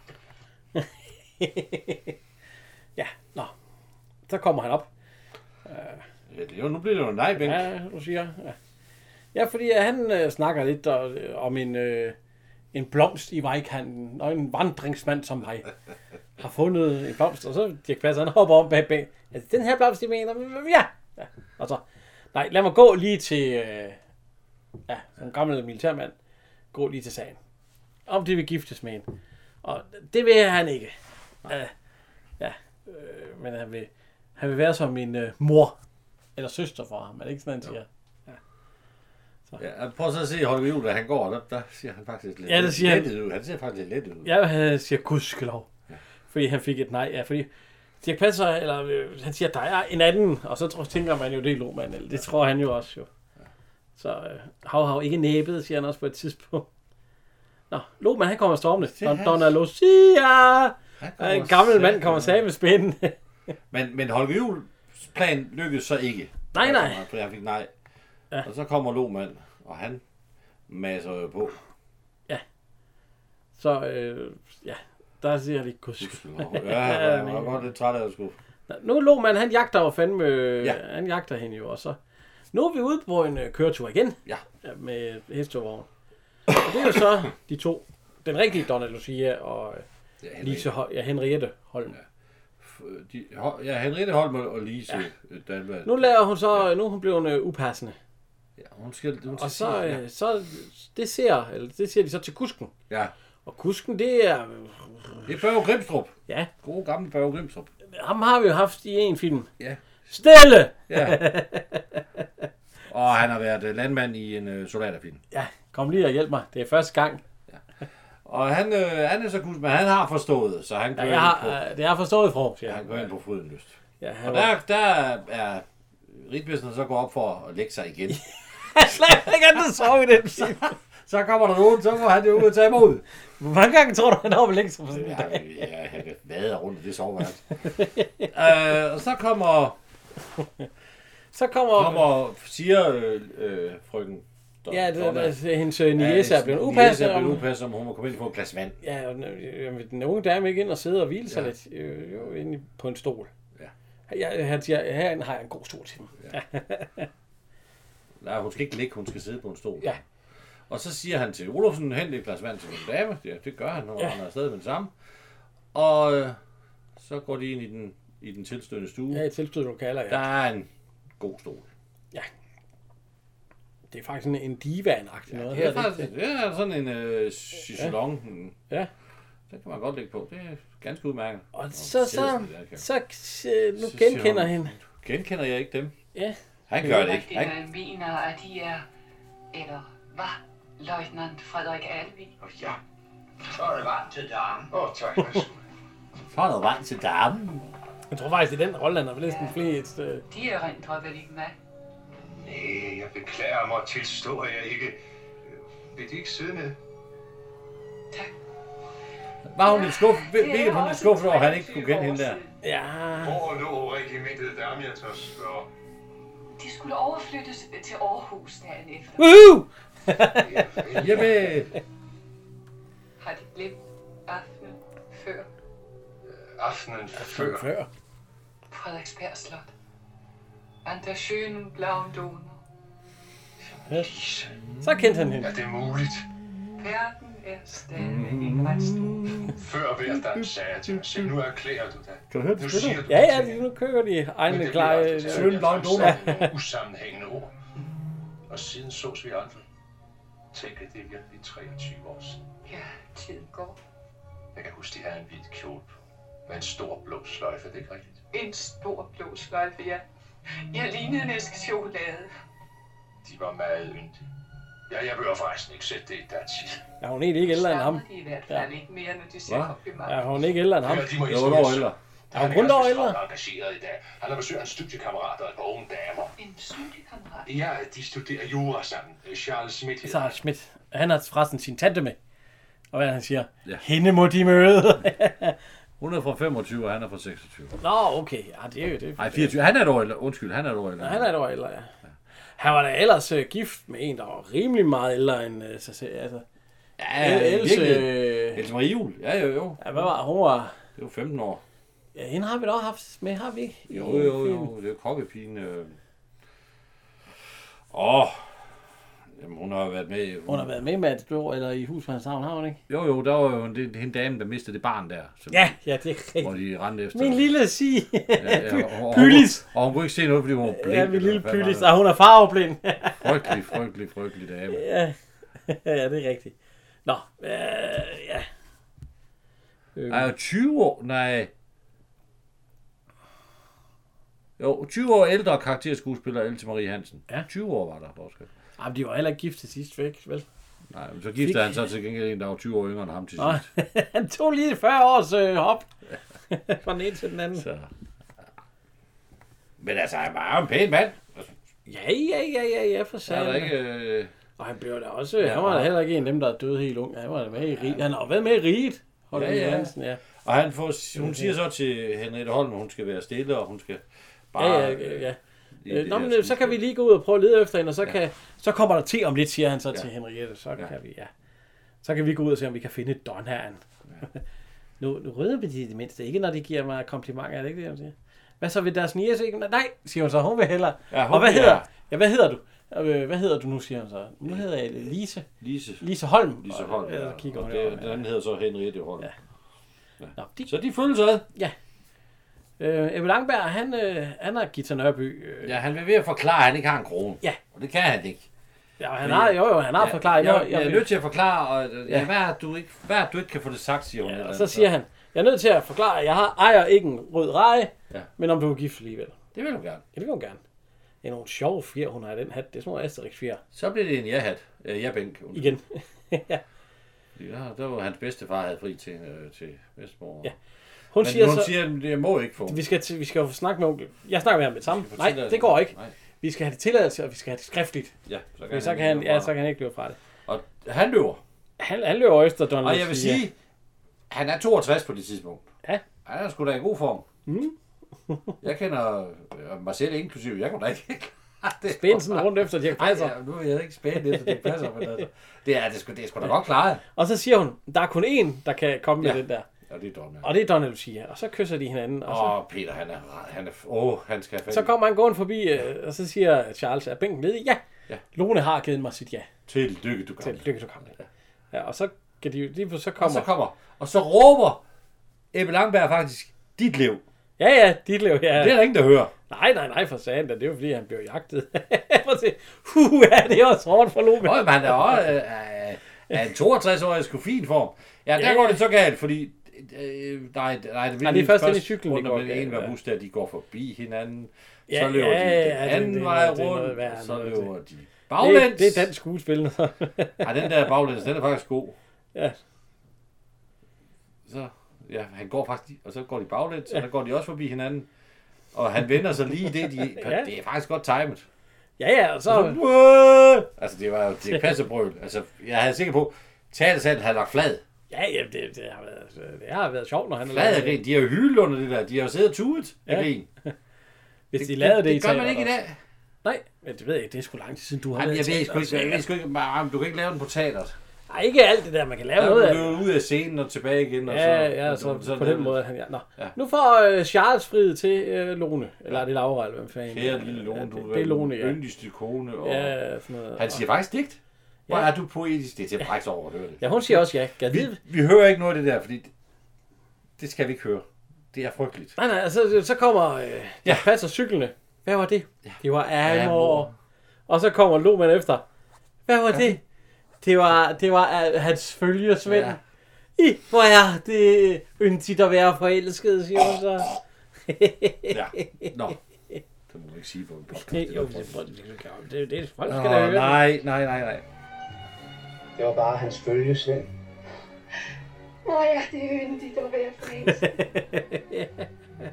Ja, nå. Så kommer han op.
Ja, det er jo, nu bliver det jo nej, Bænk.
Ja, du siger. Ja, ja fordi han øh, snakker lidt og, øh, om en, øh, en blomst i vejkanten, og en vandringsmand som mig har fundet en blomst, og så Dirch Passer, han hopper om bag bag. Altså, den her blomst, de mener, ja. ja. Og så, nej, lad mig gå lige til, øh, ja, en gammel militærmand, gå lige til sagen. Om de vil giftes med en. Og det vil han ikke. Ja, ja øh, men han vil, han vil være som min øh, mor, eller søster for ham, er det ikke sådan, han siger? Ja. Så.
Ja, prøv så at se Holger Juhl, da han går, der, der siger han faktisk lidt
ja, det siger
lettet han. ud. Han ser faktisk lidt lettet ud.
Ja, han siger gudskelov, ja. Fordi han fik et nej. Ja, fordi Dirch Passer, eller øh, han siger, der er en anden, og så tror, tænker man jo, det er Lohmann, eller det tror han jo også jo. Ja. Så øh, hav, hav, ikke næbet, siger han også på et tidspunkt. Nå, Lohmann, han kommer stormende. Don, Donna Lucia! En gammel mand kommer sag med spændende.
men, men Holger Juhls plan lykkedes så ikke.
Nej, nej.
Fordi han fik nej.
Ja.
Og så kommer Lohmann, og han masser jo på.
Ja. Så, øh, ja, der siger de kusk.
Ja, jeg var godt lidt træt af det sgu.
Nu er Lohmann, han jagter jo fandme,
ja.
han jagter hende jo også. Nu er vi ude på en uh, køretur igen.
Ja.
Med hestevogn. Og det er jo så de to. Den rigtige Donna Lucia og ja, Lise Hol- ja, Henriette Holm.
Ja, de, ja Henriette Holm og Lise ja. Dalvad.
Nu laver hun så, ja. nu er hun blevet uh, upassende.
Ja, hun skal, hun skal
og så,
sige, ja.
så det ser, eller det ser de så til kusken.
Ja.
Og kusken, det er...
Det er Børge Grimstrup.
Ja.
Gode gamle Børge Grimstrup.
Ham har vi jo haft i en film.
Ja.
Stille!
Ja. Og han har været landmand i en uh, soldaterfilm.
Ja, kom lige og hjælp mig. Det er første gang.
Ja. Og han, øh, han er så kusken, men han har forstået, så han går
ja, jeg har,
på...
Det har forstået, fru.
Ja, han går ind på Frydenlyst.
Ja,
og der, der er Ritbjørnsen så går op for at lægge sig igen.
Jeg slet ikke andet sove i den film.
Så kommer der nogen, så må han jo ud og tage imod.
Hvor mange gange tror du, han har lægge sig på sådan en
ja,
dag?
Ja, han kan vade rundt i det soveværelse. øh, og så kommer...
Så kommer...
kommer siger øh, øh, frøken...
Don, ja, det, det, det, hendes øh, niece er blevet upassende.
Niece er blevet upassende, om hun må komme ind og få et glas vand.
Ja, og den, den unge dame ikke ind og sidde og hvile sig ja. lidt øh, jo, inde på en stol. Ja. Ja, han siger, herinde har jeg en god stol til dem. Ja.
Nej, hun skal ikke ligge, hun skal sidde på en stol.
Ja.
Og så siger han til Olufsen, hent et glas vand til den dame. Ja, det gør han, når ja. han er afsted med det samme. Og øh, så går de ind i den, i den tilstødende stue.
Ja, i tilstødende lokaler, ja.
Der er en god stol.
Ja. Det er faktisk en, en divan-agtig
ja,
noget.
Det er, faktisk, det er sådan en øh, chaiselong.
Ja. ja.
Det kan man godt lægge på. Det er ganske udmærket.
Og, og så, så, så, så, nu genkender hende.
Genkender jeg ikke dem?
Ja.
Han gør det ikke.
Han mener, at de er, eller var, løjtnant Frederik Alvig.
Og ja, så er det vand til damen. Åh, oh, tak.
Så er det vand til damen.
Jeg tror faktisk, det er den rolle, han har næsten
ja.
flest. Uh...
De er rent vel ikke med.
Nej, jeg beklager mig at tilstå, at jeg ikke... Vil de ikke sidde med?
Tak.
Var hun lidt skuffet? Hvilket hun lidt skuffet over, at han ikke kunne kende hende der?
Ja.
Hvor lå regimentet der, jeg tør spørge?
De skulle overflyttes til Aarhus dagen efter.
Woohoo!
Jamen!
Har de glemt aftenen før?
Aftenen før?
før.
Frederiksberg Slot. An der schönen blauen Donau.
Ja. Så kendte han hende.
Er det muligt?
Verden er stadig en ret stor.
Før hver dans sagde jeg til mig selv, nu erklærer du dig.
Kan du høre det?
Nu siger du
ja, ja, nu kører de egne klare...
Schönen blauen Donau. Nogle usammenhængende ord. Og siden sås vi aldrig. Tænk, at det er virkelig treogtyve år siden.
Ja, tiden går.
Jeg kan huske, de havde en hvid kjole på. Med en stor blå sløjfe, er det ikke rigtigt?
En stor blå sløjfe, ja. Jeg lignede en æske chokolade.
De var meget yndige. Ja, jeg behøver forresten ikke sætte det i datid.
Ja, hun er ikke ældre end ham.
De i hvert fald ja. ikke mere, når de ser komplimenter.
Ja, hun er ikke ældre end ham.
Ja, de må
jo, år ældre.
Er hun kun år ældre?
Han er engageret i dag. Han har besøgt en studiekammerat og et par unge damer.
En studiekammerat?
Ja, de studerer jura sammen. Charles Schmidt hedder
Charles Schmidt. Han har forresten sin tante med. Og hvad han siger?
Ja.
Hende må de møde.
Hun er fra femogtyve, og han er fra seksogtyve.
Nå, okay. Ja, det er jo det.
Nej, fireogtyve. Han er et år ældre. Undskyld, han er et år ældre.
Ja, han er et år ældre, ja. Han var da ellers uh, gift med en, der var rimelig meget ældre end uh, sig selv. Altså,
ja,
Else...
Else Marie Juhl. Ja, jo, jo.
Ja, hvad var hun? Var...
Det var femten år.
Ja, hende har vi da også haft med, har vi ikke?
Jo, jo, jo. Det er jo kokkepigen. Øh... Åh... Jamen, hun har været med...
Hun, hun har været med med et år, eller i Hus for Hans Havn, har hun ikke?
Jo, jo, der var jo en, det, en dame, der mistede det barn der. Som,
ja, ja, det er rigtigt.
Hvor de rendte efter.
Min lille sige.
Ja, ja, og, og,
Pyllis.
Og, og hun kunne ikke se noget, fordi hun var blind.
Ja, min lille Pyllis, og hun er farveblind.
frygtelig, frygtelig, frygtelig dame.
Ja, ja, det er rigtigt. Nå, øh, ja.
Øh. Ej, tyve år, nej... Jo, tyve år ældre karakterskuespiller Else Marie Hansen.
Ja.
tyve år var der, Oskar.
Jamen, de var heller ikke gift til sidst, væk, vel?
Nej, men så giftede Fik... han så til gengæld en, der var tyve år yngre end ham til sidst.
Han tog lige fyrre års øh, hop fra den ene til den anden.
Så. Men altså, han var jo en pæn mand.
Ja, ja, ja, ja, ja, for
satan. Ja, ikke... Øh...
Og han blev da også... Ja, han var da heller ikke en af dem, der er døde helt ung. Han var da med i riget. Han har været med i riget.
Ja, ja.
Hansen, ja.
Og han får, hun siger så til Henriette Holm, at hun skal være stille, og hun skal bare...
Ja, ja, ja. Øh, Nå, men så kan vi lige gå ud og prøve at lede efter hende, og så, ja. kan, så kommer der til om lidt, siger han så ja. til Henriette. Så ja. kan vi, ja. Så kan vi gå ud og se, om vi kan finde et don her. Ja. nu, nu rydder vi de det mindste ikke, når de giver mig komplimenter, er det ikke det, jeg siger? Hvad så vil deres niece ikke? Nej, siger hun så, hun vil hellere.
Ja, hun
og hvad
vil,
hedder,
ja.
ja, hvad hedder du? Hvad hedder du nu, siger hun så? Nu hedder jeg Lise.
Lise.
Lise Holm.
Lise Holm,
og,
ja.
Og, kigger
og det, den hedder så Henriette Holm.
Ja.
Ja.
Nå, de...
Så de følges ad.
Ja. Øh, Ebbe Langberg, han, øh, han har Gita Nørby. Øh...
Ja, han vil ved at forklare, at han ikke har en krone.
Ja.
Og det kan han ikke.
Ja, han har, jo, jo, han har
ja,
forklaret.
Jeg,
jeg,
jeg, jeg er nødt til at forklare, og, ja.
Ja,
hvad, er, du ikke, hvad er, du ikke kan få det sagt, siger hun.
Ja, og så siger han, jeg er nødt til at forklare, at jeg har, ejer ikke en rød reje,
ja. men
om du er gift alligevel.
Det vil du gerne.
Ja, det vil hun gerne. Det er nogle sjove fjer, hun har i den hat. Det er sådan nogle Asterix fjer.
Så bliver det en ja-hat. Øh, ja-bænk.
Igen. ja.
Ja, der var hans bedstefar havde fri til, øh, til bedstemor.
Ja. Hun
men
siger
hun
så,
siger, at det må ikke få.
Vi skal, til, vi skal jo snakke med onkel. Jeg snakker med ham med sammen. Nej, det går ikke. Nej. Vi skal have det tilladelse, og vi skal have det skriftligt.
Ja, så kan,
så kan, han, ja, så kan han ikke løbe fra det.
Og han løber.
Han, han løber efter Donald.
Og jeg vil sige, ja. han er toogtres på det tidspunkt.
Ja.
Han er sgu da i god form.
Mm.
jeg kender mig selv inklusiv. Jeg kunne da ikke
det spænde sådan rundt efter Dirch Passer.
Nej, ja, nu er jeg ikke spændt efter Dirch Passer, men altså, det er, det er, sgu, det er sgu da godt klaret.
Og så siger hun, der er kun én, der kan komme
ja.
med den der.
Og det er Donald.
Og det er Donald Lucia. Og så kysser de hinanden.
Og så... Åh, Peter, han er... Han er åh, han skal have
så kommer han gående forbi, ja. og så siger Charles, er bænken ledig? Ja. ja. Lone har givet mig sit ja.
Til lykke, du
kan. Til lykke, du kan. Ja. ja, og så kan de de, så kommer...
Og så kommer... Og så råber Ebbe Langberg faktisk, dit liv.
Ja, ja, dit liv, ja.
Det er der ingen, der hører.
Nej, nej, nej, for satan, det er jo fordi, han blev jagtet. Prøv at se. Huh, ja, det er også hårdt for Lone.
Nå, men han er også øh, øh, en toogtres-årig sgu fin form. Ja, der ja, går det så galt, fordi... Øh, nej, nej, det,
nej, det er først ind i cyklen,
det går. Den ene var bus der, de går forbi hinanden. Ja, så løber ja, de den anden ja, vej rundt, og så løber de baglæns.
Det, det er den skuespil.
Ja, den der baglæns, den er faktisk god.
Ja.
Så, ja, han går faktisk, og så går de baglæns, ja. Og så går de også forbi hinanden. Og han vender sig lige det, de, ja. Det er faktisk godt timet.
Ja, ja, og så...
Og så altså, det var jo, det passer brøl. Altså, jeg er sikker på, teatersalen havde lagt flad.
Ja, ja, det, det, har været, det har været sjovt, når han...
Flad af grin. De har jo hyldet under det der. De har jo siddet og tudet af ja. grin.
Hvis de lavede det, det,
det gør man ikke i dag.
Nej, men det ved jeg ikke. Det er sgu lang tid siden, du har...
Jamen, jeg ved sgu ikke, jeg ved sgu ikke, du kan ikke lave den på teateret.
Nej, ikke alt det der, man kan lave ja, noget af.
Du løber ud af scenen og tilbage igen. Og
ja,
så,
ja, så, så, så på den det. måde. Han, ja. Nå.
Ja.
Nu får uh, Charles friet til uh, Lone. Eller ja. det er Laura, eller hvem fanden.
Kære lille Lone, ja, det,
du det er Lone, ja.
Yndigste kone. Og
ja, sådan noget.
Han siger faktisk digt. Hvor ja. er du poetisk? Det er til at brække over, det.
Ja, hun siger også ja. Gad
vi, vi hører ikke noget af det der, fordi det, det skal vi ikke høre. Det er frygteligt.
Nej, nej, altså, så kommer øh, ja. passer cyklerne. Hvad var det? Ja. Det var Amor. Og så kommer Lohmann efter. Hvad var ja. det? Det var, det var uh, hans følgesvend. Ja. I, hvor er det yndigt at være forelsket, siger hun så.
ja, nå. Det må du ikke sige på en podcast.
Jo, det er det, det folk skal
oh,
da høre.
Nej, nej, nej, nej.
Det var bare hans følgesvend.
Hvor er det yndigt at være forelsket.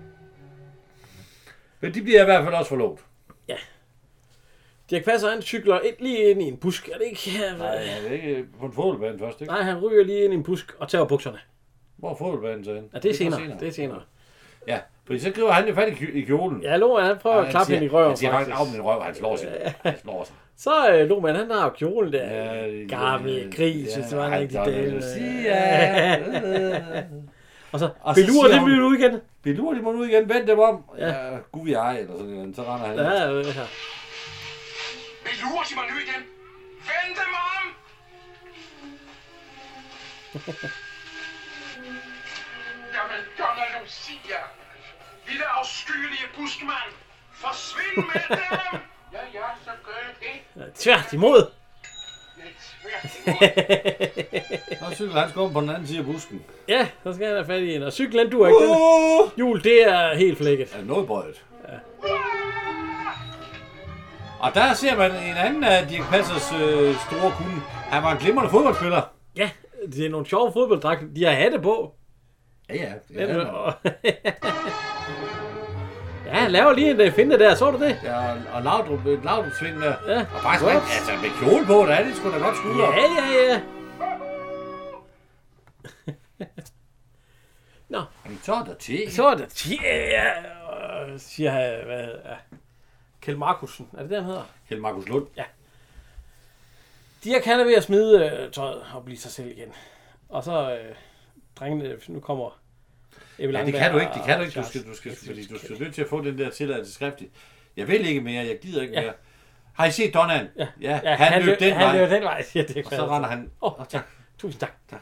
Men de bliver i hvert fald også forlovet.
Ja. Dirch Passer, han cykler ind, lige ind i en busk. Er det ikke her?
Nej, han er ikke på en fodboldbane først, ikke?
Nej, han ryger lige ind i en busk og tager bukserne.
Hvor er fodboldbanen så hen?
Ja, det er senere. Det er senere.
Ja, for så griber han jo fat i kjolen.
Ja, Lohmann, han prøver at klappe hende i røven.
Han siger faktisk af med røv, han slår sig. Han slår sig.
Så øh, Lohmann, han har jo kjolen der. Ja, gammel gris, hvis det var en rigtig dame. Og så belurer de mig ud igen.
Belurer de mig ud igen, vend dem om. Ja, gud jeg, eller sådan noget. Så render han.
Ja, ja, ja.
Belurer de mig nu igen. Vend dem om! Jamen, Donna Lucia. Lille afskyelige buskmand. Forsvind med dem! Ja, ja, så gør jeg det.
Ja, tvært imod.
Nå, cyklen, han skal om på den anden side af busken.
Ja, så skal han have fat i en. Og cyklen, du er ikke den. Hjul, det er helt flækket.
Er noget bøjet. Ja. Og der ser man en anden af Dirch Passers øh, store kunde. Han var en glimrende fodboldspiller.
Ja, det er nogle sjove fodbolddragter. De har hatte på.
Ja, ja. Det er
og... ja, han laver lige en finde der. Så du det?
Ja, og Laudrup, Laudrup sving der.
Ja.
Og faktisk man, altså med kjole på, der er det sgu da godt skulder.
Ja, ja, ja. Nå.
Jamen, så er der te.
Så er der te, ja. Siger jeg, hvad hedder Kjeld Markusen. Er det det, han hedder?
Kjeld Markus Lund.
Ja. Dirch, han er ved at smide øh, tøjet og blive sig selv igen. Og så, øh, drengene, nu kommer
Ebbe Langberg. Ja, det kan du ikke, det kan du ikke. Du skal, du skal, fordi du skal nødt til at få den der tilladelse skriftligt. Jeg vil ikke mere, jeg gider ikke ja. mere. Har I set Donnan?
Ja,
ja,
ja
han,
han
løb den
han
vej.
løb den vej, siger det.
Og så render han.
Åh, oh, tak. Tusind tak. tak.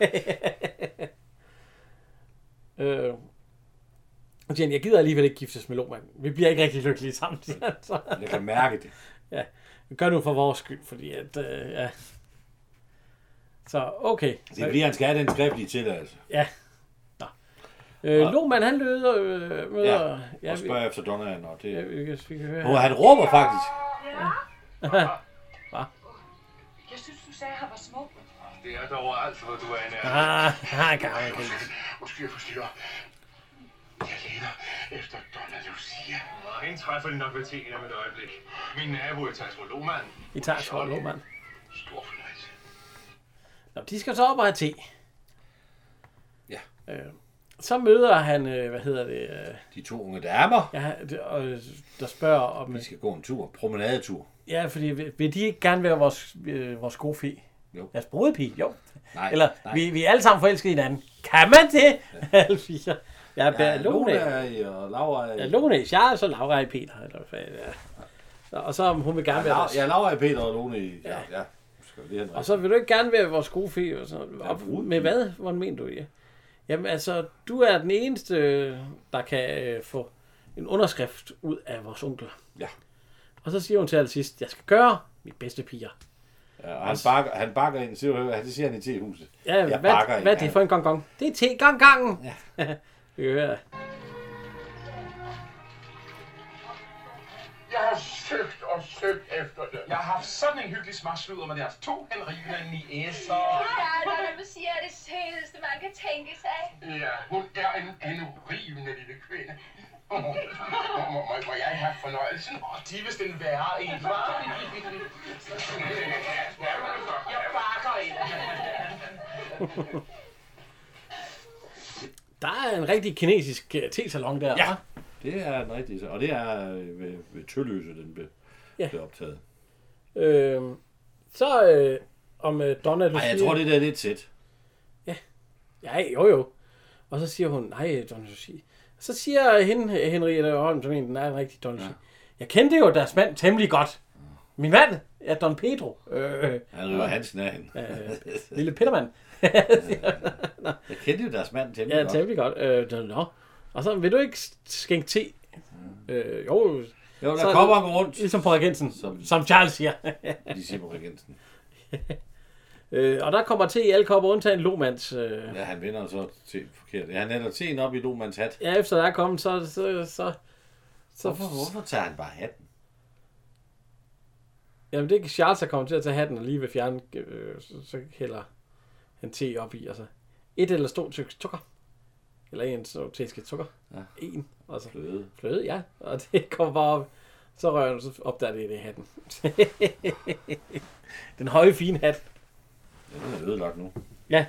øh, og Jen, jeg gider alligevel ikke giftes med Lohmann. Vi bliver ikke rigtig lykkelige sammen. Så.
Jeg kan mærke det.
Ja, vi gør nu for vores skyld, fordi at, øh, ja. Så, okay.
Det bliver, han skal have den skriftlige tilladelse.
Ja. Nå. Øh, Lohmann, han løder, øh, møder...
Ja, ja, og spørger vi, efter Donnan, og det...
Ja, vi kan, vi kan høre...
Oh, han råber faktisk.
Ja.
Hvad?
Jeg synes, du sagde, at han var smuk.
Det er dog alt, hvad du er nær.
Ah, han kan ikke.
Måske jeg forstyrrer. Jeg leder efter Donna Lucia. Hende træffer de nok ved te om et øjeblik. Min nabo er Tagsgaard Lohmann.
I Tagsgaard Lohmann.
Stor fornøjelse.
Nå, de skal så op og have te.
Ja.
Øh, så møder han, øh, hvad hedder det? Øh,
de to unge damer.
Ja, og der spørger om...
Vi skal gå en tur, promenadetur.
Ja, fordi vil, vil de ikke gerne være vores, øh, vores gode fe?
Jo.
Deres brudepige, jo.
Nej,
Eller,
nej.
Vi, vi er alle sammen forelskede i hinanden. Kan man det? Alle fire. Ja,
ja,
Lone
og Laura
Ja, Lone Charles og Laura i Peter. Eller hvad, ja. Og så hun vil gerne
ja,
være... Deres...
Ja, Laura i Peter og Lone i... Ja, ja. ja.
Og så vil du ikke gerne være vores gode fe? Og så, og med hvad? Hvordan mener du det? Jamen altså, du er den eneste, der kan øh, få en underskrift ud af vores onkel.
Ja.
Og så siger hun til allersidst, jeg skal gøre mit bedste piger.
Ja, og han bakker, han bakker ind, siger du, det siger han i tehuset.
Ja, jeg hvad, bakker hvad er det for en gong-gong? Det er te-gong-gangen. Ja. Ja.
Jeg har søgt og søgt efter det. Jeg har haft sådan en hyggelig smagsluder med deres to henrivende niæser.
Ja, Donna Lucia er det sødeste, man kan tænke sig.
Ja, hun er en henrivende lille kvinde. Må, må, må jeg have fornøjelsen? Åh, de er vist en værre en, hva'? Jeg bakker ind.
Der er en rigtig kinesisk te-salon der,
ja. Det er en rigtig, og det er ved, ved Tølløse, den blev, ja. blev optaget.
Øh, så øh, om øh, Donna Lucia...
Ej, jeg tror, det der er lidt sæt.
Ja. Ja, jo jo. Og så siger hun, nej, Donna Lucia. Så siger hende, Henriette Holm, som en, den er en rigtig Donna Lucia. Ja. Jeg kendte jo deres mand temmelig godt. Min mand er Don Pedro. Øh,
Han river Hansen af hende.
Øh, lille Petermann.
Jeg kendte jo deres mand temmelig
ja,
godt.
Ja, temmelig godt. Øh, no. Og så vil du ikke skænke te? Mm. Øh, jo,
jo, der så, kommer han rundt.
Ligesom på Regensen, som, som Charles siger.
De siger på Regensen.
øh, og der kommer te i alle kopper, undtagen Lohmanns. Øh...
Ja, han vinder så te forkert. Ja, han hælder teen op i Lohmanns hat.
Ja, efter der er kommet, så... så, så, så
hvorfor, hvorfor tager han bare hatten?
Jamen, det er ikke Charles, der kommer til at tage hatten, og lige ved fjerne, øh, så, så hælder han te op i. Altså. Et eller stort stykke sukker. Eller en så teske sukker.
Ja.
En. Og så
fløde.
Fløde, ja. Og det kommer bare op. Så rører den, så opdager det i hatten. Den høje, fine hat.
Ja, den er ødelagt nu.
Ja.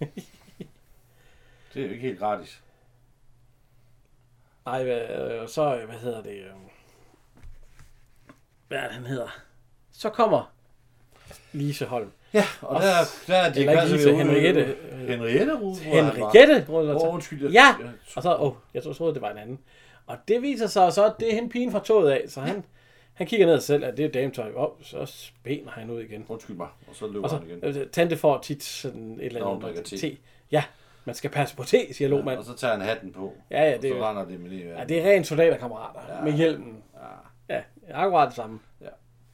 Det er jo ikke helt gratis.
Nej, hvad, så, hvad hedder det? Hvad er det, han hedder? Så kommer Lise Holm.
Ja, og, og der, der er de
ikke Lise, Henriette.
Henriette Rud.
Henriette Rud.
Åh, oh, undskyld.
Ja, og så, åh, oh, jeg troede, det var en anden. Og det viser sig så, at det er hende pigen fra toget af, så han, han kigger ned selv, at det er dametøj. Åh, oh, så spænder han ud igen.
Undskyld mig, og så løber
og så,
han igen.
Tante får tit sådan et eller andet.
Nå, te.
te. Ja, man skal passe på te, siger Lohmann.
Ja, og så tager han hatten på.
Ja, ja, det
og så render det med det.
Ja, det er rent soldaterkammerater ja, med hjelmen. Ja. Ja, akkurat det samme.
Ja.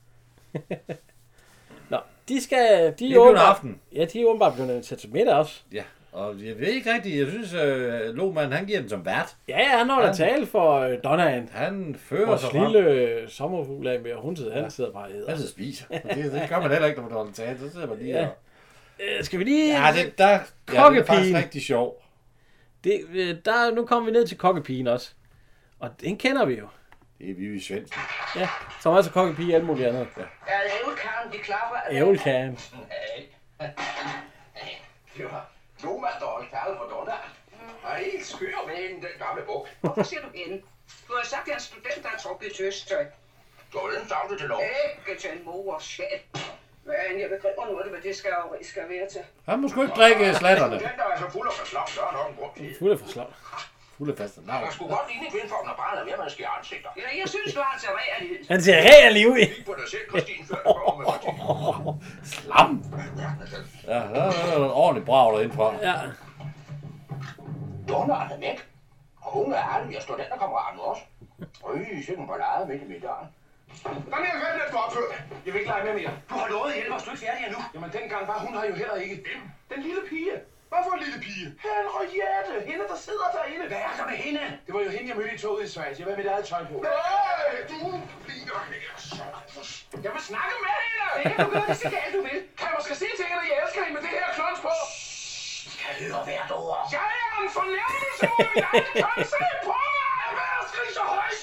Nå, de skal... De
det er jo en aften.
Ja, de er åbenbart blevet inviteret til middag også.
Ja, og jeg ved ikke rigtigt, jeg synes, uh, Lohmann, han giver den som vært.
Ja, ja, han holder tale for uh, Donnaen.
Han fører
vores
sig
lille uh, sommerfugl af med, og hun sidder, ja. han sidder bare og æder.
Han sidder og spiser. Det, det gør man heller ikke, når man holder tale. Så sidder man lige
ja.
og...
Uh, skal vi lige...
Ja, det, der, ja, det er faktisk rigtig sjov.
Det, uh, der, nu kommer vi ned til kokkepigen også. Og den kender vi jo.
Det er Vivi Svendsen.
Ja, som også er kokkepige i alt muligt andet. Ja.
Er ævelkaren, de klapper?
Ævelkaren.
Nej. Det var Lohmann, der holdt tale for Donna. Og helt skør med hende, den gamle buk.
Hvorfor siger du hende? Du har sagt, at en student, der har trukket tøstøj.
Hvordan sagde du til lov?
Ikke til en mor og sjæl. Men jeg begriber nu, hvad det skal, skal være til.
Han må sgu ikke drikke slatterne.
Den der er så fuld af forslag, så er nok en grund til.
Fuld af forslag.
Fuld af faste navn.
Man skulle godt ligne kvindfolk, når bare er mere, man skærer ansigter.
Ja, jeg synes, du har en serreret.
Han ser reallig ud.
Kig på dig selv, Christine, før du kommer med Christine.
Slam. Ja, der er en ordentlig brav derinde fra.
Ja.
Donna er væk. Og hun er ærlig, jeg står den, der kommer an også. Øj, sikken på lejet midt i middagen. Kom her, hvad er det for opført? Jeg vil ikke lege med mere. Du har lovet at hjælpe os, du er ikke færdig endnu. Jamen, dengang var hun her jo heller ikke. Hvem? Den lille pige. Hvad for en lille pige? Henriette. Hende, der sidder derinde. Hvad er der med hende? Det var jo hende, jeg mødte i toget i Sverige. Jeg var med mit eget tøj på. Nej, du bliver her så. Jeg vil snakke med hende.
Det kan du gøre, hvis det er, du vil.
Kan jeg måske sige til hende, at jeg elsker hende med det her klons på? Jeg hører hvert ord. Jeg er en fornærmelse mod mit eget køn. Se på mig! Hvad er skrig så højt?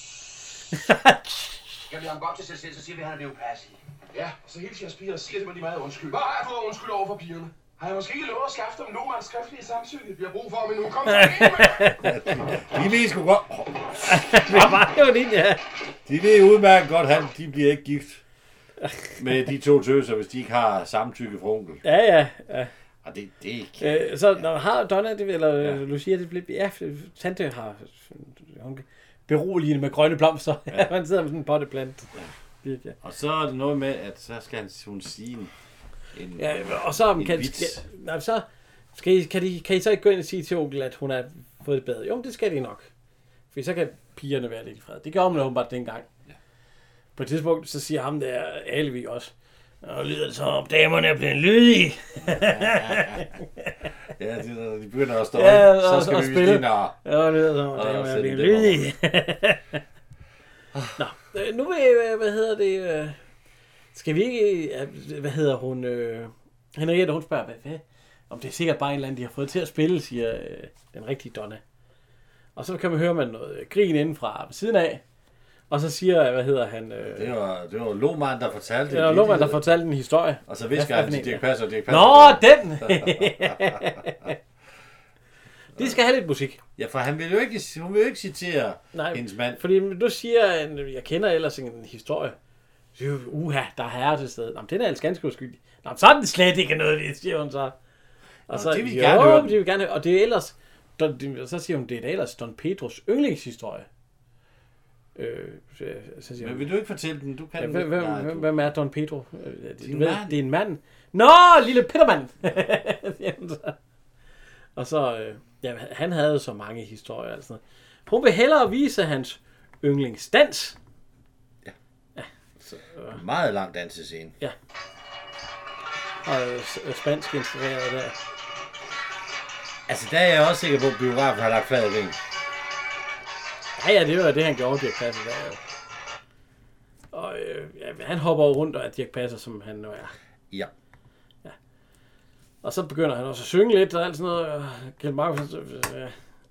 Jeg bliver ham godt til sig selv, så siger vi, at han er blevet passet. Ja, og så hilser jeg spiger og siger, at de meget undskyld. Hvad har jeg fået undskyld over for pigerne? Har jeg måske ikke lovet at skaffe dem Lohmanns skriftlige samtykke? Vi har brug for ham endnu. Kom så ind med!
De ved sgu godt.
Det var jo din, ja.
De ved udmærket godt, at de bliver ikke gift med de to tøser, hvis de ikke har samtykke fra onkel.
Ja, ja, ja.
Og det, det er ikke...
Øh, så når har Donna, det, eller ja. Lucia, det bliver... Ja, tante har... Hun beroligende med grønne blomster. Ja. Man sidder med sådan en potteplant. Ja. Ja.
Og så er det noget med, at så skal hun sige en... En,
ja, og så
en
kan,
vits.
Skal, nej, så skal I, kan, de, kan I så ikke gå ind og sige til onkel, at hun har fået det bedre? Jo, det skal de nok. For så kan pigerne være lidt i fred. Det gør hun åbenbart dengang. Ja. På et tidspunkt, så siger ham der, Alvig også, og lyder det så, om damerne er blevet lydige.
Ja, de, de begynder at stå
ja,
ind, så skal
og,
vi
spille.
vise nær.
Ja, det lyder så, om damerne er blevet lydige. Nå, nu vil jeg, hvad hedder det... Skal vi ikke, hvad hedder hun, øh, Henriette, hun spørger, hvad, hvad, om det er sikkert bare en eller anden, de har fået til at spille, siger øh, den rigtige Donna. Og så kan man høre man noget grin indenfra ved siden af, og så siger, hvad hedder han? Øh,
det var, det var Lohmann, der fortalte det.
Det var Lohmann, der fortalte en historie.
Og så visker han til Dirch Passer, Dirch Passer.
Nå, den! De skal have lidt musik.
Ja, for han vil jo ikke, hun vil jo ikke citere Nej, hendes mand.
Fordi du siger, jeg kender ellers en historie. Uha, der er herre til stedet. Nå, den er altså ganske uskyldig. Nå, så er den slet ikke noget, det siger hun så. Og
Nå,
så,
det vil
jo,
gerne høre.
Det vil gerne høre. Og det er ellers, så siger hun, det er ellers Don Pedros yndlingshistorie. Øh, så, så siger
Men
hun,
vil du ikke fortælle den? Du kan
ja, hvem,
Nej, du...
hvem er Don Pedro?
Det er
en mand. Det er en mand. Nå, lille Petermand! Og så, øh, ja, han havde så mange historier. Altså. Hun vil hellere vise hans yndlingsdans.
Så, øh. Meget lang dansescene.
Ja. Og øh, spansk inspireret der.
Altså, der er jeg også sikker på, at biografen har lagt fladet vind.
Ja, ja, det var det, han gjorde, Dirch Passer der. Og øh, ja, han hopper rundt og er Dirch Passer, som han nu er.
Ja.
Ja. Og så begynder han også at synge lidt og alt sådan noget. Kjeld Markus, øh,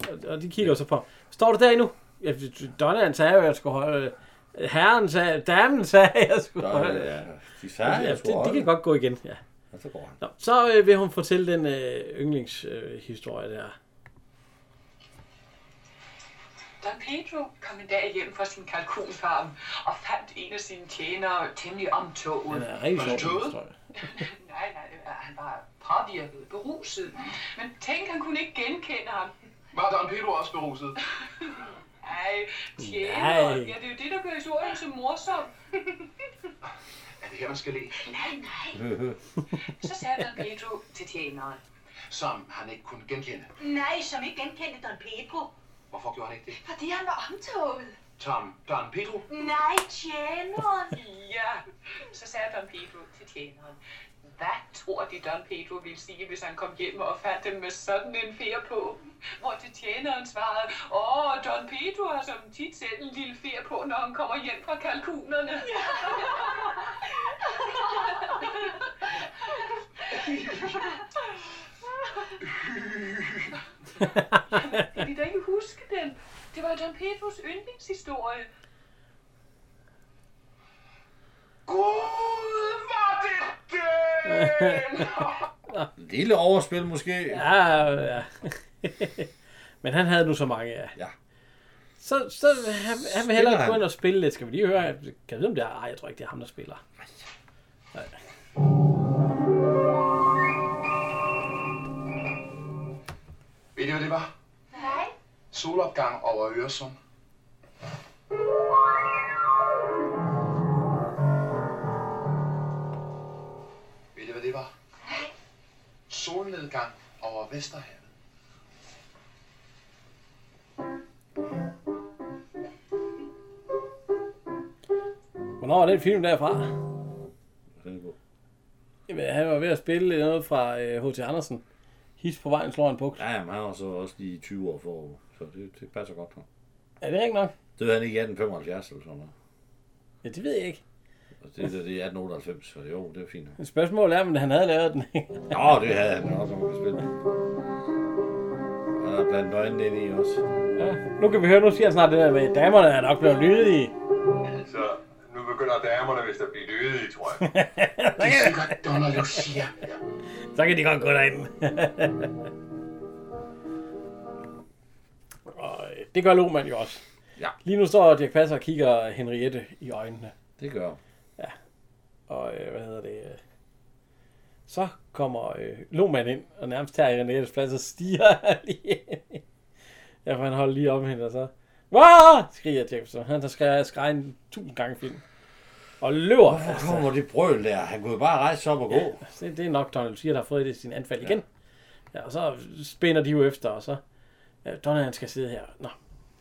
og de kigger så på. Står du der endnu? Ja, Donald sagde jo, at jeg skulle holde... Herren sagde, damen sagde, at jeg skulle holde...
Ja, de sagde, jeg skulle
holde. De kan godt gå igen, ja.
Ja, så går han.
Nå, så øh, vil hun fortælle den øh, yndlingshistorie øh, der.
Don Pedro kom en dag hjem fra sin kalkunfarm og fandt en af sine tjenere temmelig omtoget.
Den er rigtig sjov historie.
nej, nej, han var påvirket, beruset. Men tænk, han kunne ikke genkende ham.
Var Don Pedro også beruset?
Ej, tjenere. Ja, det er jo det, der gør historien så morsom.
Er det her, man skal le?
Nej, nej. Så sagde Don Pedro til tjeneren.
Som han ikke kunne genkende?
Nej, som ikke genkendte Don Pedro.
Hvorfor gjorde han ikke det?
Fordi han var omtoget.
Tom, Don Pedro?
Nej, tjeneren.
Ja, så sagde Don Pedro til tjeneren. Hvad tror de, Don Pedro ville sige, hvis han kom hjem og fandt dem med sådan en fjer på? Hvor til tjeneren svarede, åh, Don Pedro har som tit selv en lille fjer på, når han kommer hjem fra kalkunerne. Ja. Kan de da ikke huske den? Det var Don Pedros yndlingshistorie.
Gud, var det den!
Lille overspil måske.
Ja, ja. Men han havde nu så mange, ja.
Ja.
Så, så han, han vil hellere gå ind og spille lidt. Skal vi lige høre? Kan jeg vide, om det er? Ej, jeg tror ikke, det er ham, der spiller. Nej.
Ved I, hvad det var?
Nej.
Solopgang over Øresund. Ved I, hvad det var?
Nej.
Solnedgang over Vesterhavet.
Hvornår er den film derfra? Jamen, han var ved at spille noget fra H C Andersen. His på vejen slår en buks.
Ja, men han var så også lige tyve år for, så det, det passer godt. Her.
Er det ikke nok?
Det var han ikke i atten femoghalvfjerds eller sådan noget.
Ja, det ved jeg ikke.
Det, det, det er atten otteoghalvfems, så jo, det er fint.
Spørgsmålet er, om han havde lavet den.
Nå, det havde han også, om han kunne spille. Han har blandt øjnene ind i også.
Ja, nu kan vi høre, nu siger han snart det der med, damerne er nok blevet lydige.
Så nu begynder damerne vist at blive lydige, tror jeg. Det er sikkert Donna Lucia.
Så kan de godt gå derind. Og det gør Lohmann jo også.
Ja.
Lige nu står Dirch Passer og kigger Henriette i øjnene.
Det gør.
Ja. Og øh, hvad hedder det? Så kommer øh, Lohmann ind og nærmest tager Henriettes plads og stiger lige. Ja, for han holder lige om hende og så. Hvad? Skriger Dirch Passer. Han har skrevet skrevet en tusind gange film. Og løber.
Hvorfor kommer det brøl der? Han kunne jo bare rejse op og gå.
Ja, det, det er nok Donald Lucia, der har fået det sin anfald igen. Ja, og så spænder de jo efter, og så... Ja, Donald, han skal sidde her. Nå.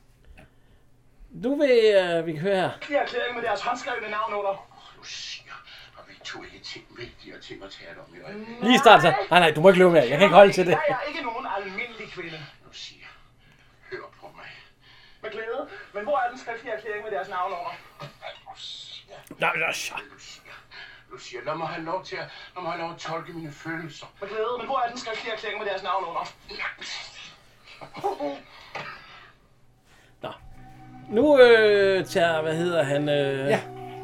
Nu vil uh, vi kan høre her.
Det er erklæring med deres håndskrevne navn under.
Lucia, har vi to ikke ting vigtigere ting at tale om i øjeblikket?
Lige start så. Nej, nej, du må ikke løbe mere. Jeg kan ikke holde til det.
Jeg er ikke nogen almindelig kvinde.
Lucia, hør på mig.
Med glæde. Men hvor er den skriftlige erklæring med deres navn under?
Nej, nej, så.
Lucia, Lucia, lad mig have lov til at, lad mig have lov at tolke mine følelser.
Med glæde. Men hvor er den skriftlige erklæring med deres navn under?
Nå. Nu øh, tager, hvad hedder han? Øh,
ja.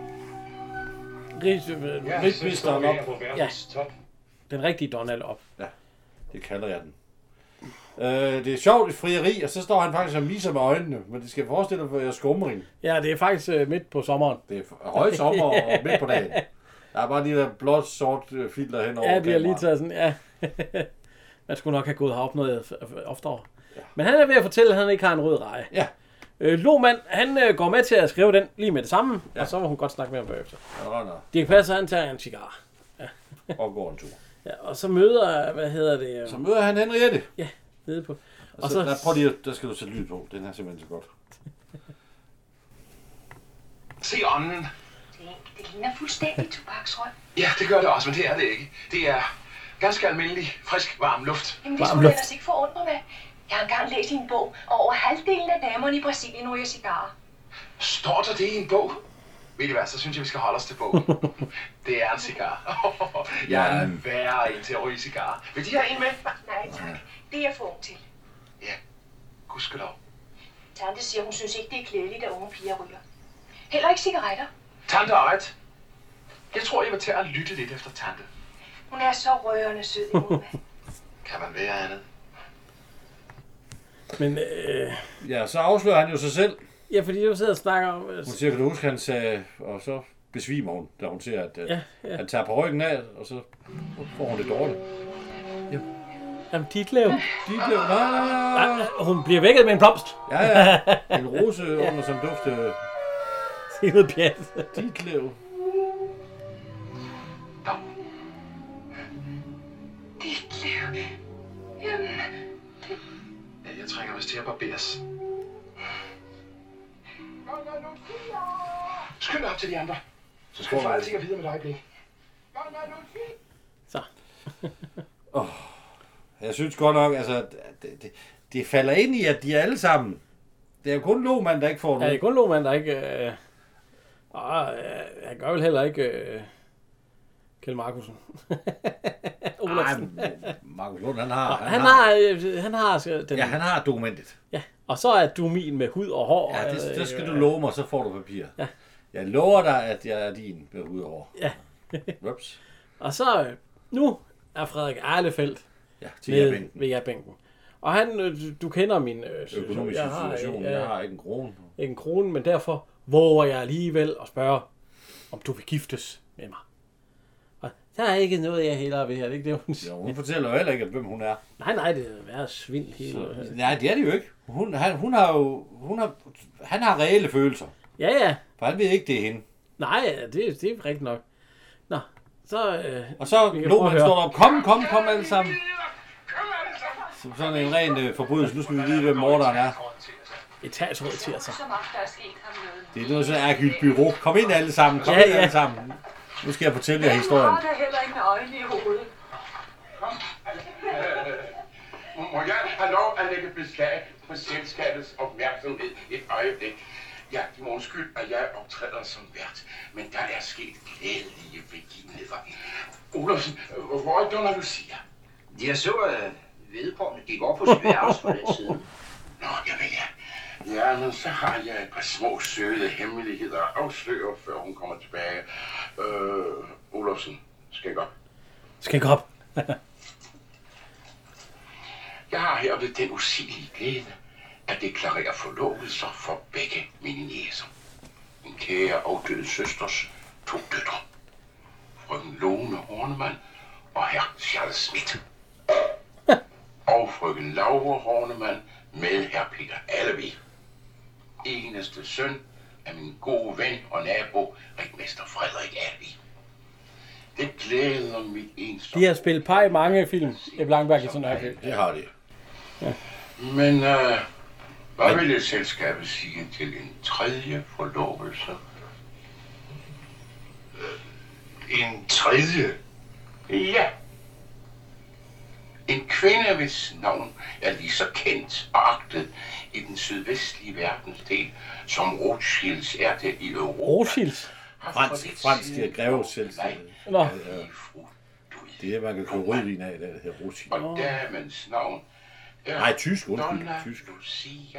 Rigsministeren op. Ja. Den rigtige Donald op.
Ja, det kalder jeg den. Øh, det er sjovt i frieri, og så står han faktisk og viser med øjnene, men det skal forestille for jeres skumring.
Ja, det er faktisk øh, midt på sommeren.
Det er høj sommer og midt på dagen. Der er bare lige der blåt, sort filter hen over.
Ja, de har lige taget sådan, ja. Man skulle nok have gået herop noget oftere. Ja. Men han er ved at fortælle, at han ikke har en rød reje.
Ja.
Øh, Lohmann, han øh, går med til at skrive den lige med det samme, ja. Og så må hun godt snakke med ham bagefter.
Ja,
Dirch Passer, han tager en cigar. Ja.
Og går en tur.
Ja, og så møder, hvad hedder det? Øh...
Så møder han Henriette.
Ja, nede på.
Og, og så, så... Der, prøv lige, der skal du sætte lyd på. Den er simpelthen så godt.
Se ånden.
Det, det ligner fuldstændig tobaksrøg.
Ja, det gør det også, men det er det ikke. Det er ganske almindelig, frisk, varm luft.
Jamen, det skulle ellers ikke forundre mig. Jeg har engang læst i en bog, og over halvdelen af damerne i Brasilien ryger cigarer.
Står der det i en bog? Ved I hvad, så synes jeg, vi skal holde os til bogen. Det er en cigar. Jeg er en værre en til at ryge cigarer. Vil de have en med?
Nej, tak. Det er jeg for ung til.
Ja,
Gudskelov.
Tante siger, hun synes ikke, det er klædeligt, at unge piger ryger. Heller ikke cigaretter.
Tante har ret. Jeg tror, jeg vil tage og lytte lidt efter tante.
Hun er så rørende sød imod mig.
Kan man være andet?
Men, øh...
Ja, så afslører han jo sig selv.
Ja, fordi du sidder og snakker om... Øh...
Hun siger, kan du huske, han sagde... Og så besvimer hun, da hun siger, at
ja, ja.
han tager på ryggen af, og så får hun det dårligt.
Ja. Jamen, Ditlev.
Ditlev, nej.
Ja, hun bliver vækket med en blomst.
Ja, ja. En rose under som dufte.
Se noget pjat.
Ditlev.
Ditlev. Jamen...
Ja, jeg trænger vist til at barberes. Skynd dig op til de andre. Så skal du få alting at vide med et øjeblik.
Så.
oh, jeg synes godt nok, altså, det, det, det falder ind i, at de er alle sammen. Det er jo kun Lohmann, der ikke får noget.
Ja, det er kun Lohmann, der ikke... Øh... Og, øh, han gør vel heller ikke... Øh... Kjeld Markussen.
Olafsen. Markus Lund, han har...
Han, han har... har, han har den,
ja, han har dokumentet.
Ja, og så er du min med hud og hår.
Ja, det, det skal du love mig, så får du papir. Ja. Jeg lover dig, at jeg er din med hud og hår.
Ja.
Ups.
Og så... Nu er Frederik Ahlefeldt
ja, med
ved jerbænken. Og han... Du kender min... Øh,
økonomisk
jeg har,
situation. Jeg, jeg har ikke en krone.
Ikke en krone, men derfor våger jeg alligevel at spørge, om du vil giftes med mig. Der er ikke noget, jeg hellere vil. Er det ikke det, hun siger?
Jo, hun fortæller jo heller ikke, hvem hun er.
Nej, nej, det er værre svindel hele.
Nej, det er det jo ikke. Hun, han, hun har jo... Hun har, han har reelle følelser.
Ja, ja.
For han ved ikke, det er hende.
Nej, det, det er rigtigt nok. Nå, så... Øh,
og så Lohmann står op. Kom, kom, kom alle sammen. Så sådan en ren øh, forbrydelse. Nu skal vi vide, hvem morderen er.
Etageråd til sig.
Det er noget så Hercule Poirot. Kom ind alle sammen. Kom
ja,
ind
ja.
alle sammen. Nu skal jeg fortælle jer historien.
Han har heller ikke øjne i hovedet.
Må jeg have lov at lægge beslag på selskabets opmærksomhed et øjeblik? Ja, de må undskylde, at jeg optræder som vært, men der er sket glædelige begivenheder. Olafsen, hvor er Donna Lucia?
Jeg så, at vedkommende gik op på sit værelse for lidt siden.
Nå, jeg vil ja. Ja, men så har jeg et par små søde hemmeligheder at afsløre, før hun kommer tilbage. Øh, Olafsen, skæg op.
Skæg op.
Jeg har her ved den usigelige glæde at deklarere forlovelser for begge mine næser. Min kære afdøde søsters to døtre. Frøken Lone Hornemann og herr Charles Schmidt. Og frøken Laura Hornemann med herr Peter Allevi. Eneste søn af min gode ven og nabo, rigmester Frederik Allevi. Det glæder mit eneste...
De har spillet par i mange film. Ebbe Langberg i sådan her film.
Det har de.
Ja.
Men uh, hvad vil selskabet sige til en tredje forlovelse? En tredje? Ja. En kvinde, hvis navn er lige så kendt og agtet i den sydvestlige verdensdel, som Rothschilds er det i Europa.
Rothschilds?
Fransk, fransk de har grevet selv.
Nå.
Det er, man kan købe rødvin af, det her Rothschild.
Og damens navn er...
Nej, tysk, undskyld.
Donna
Tysk.
Lucia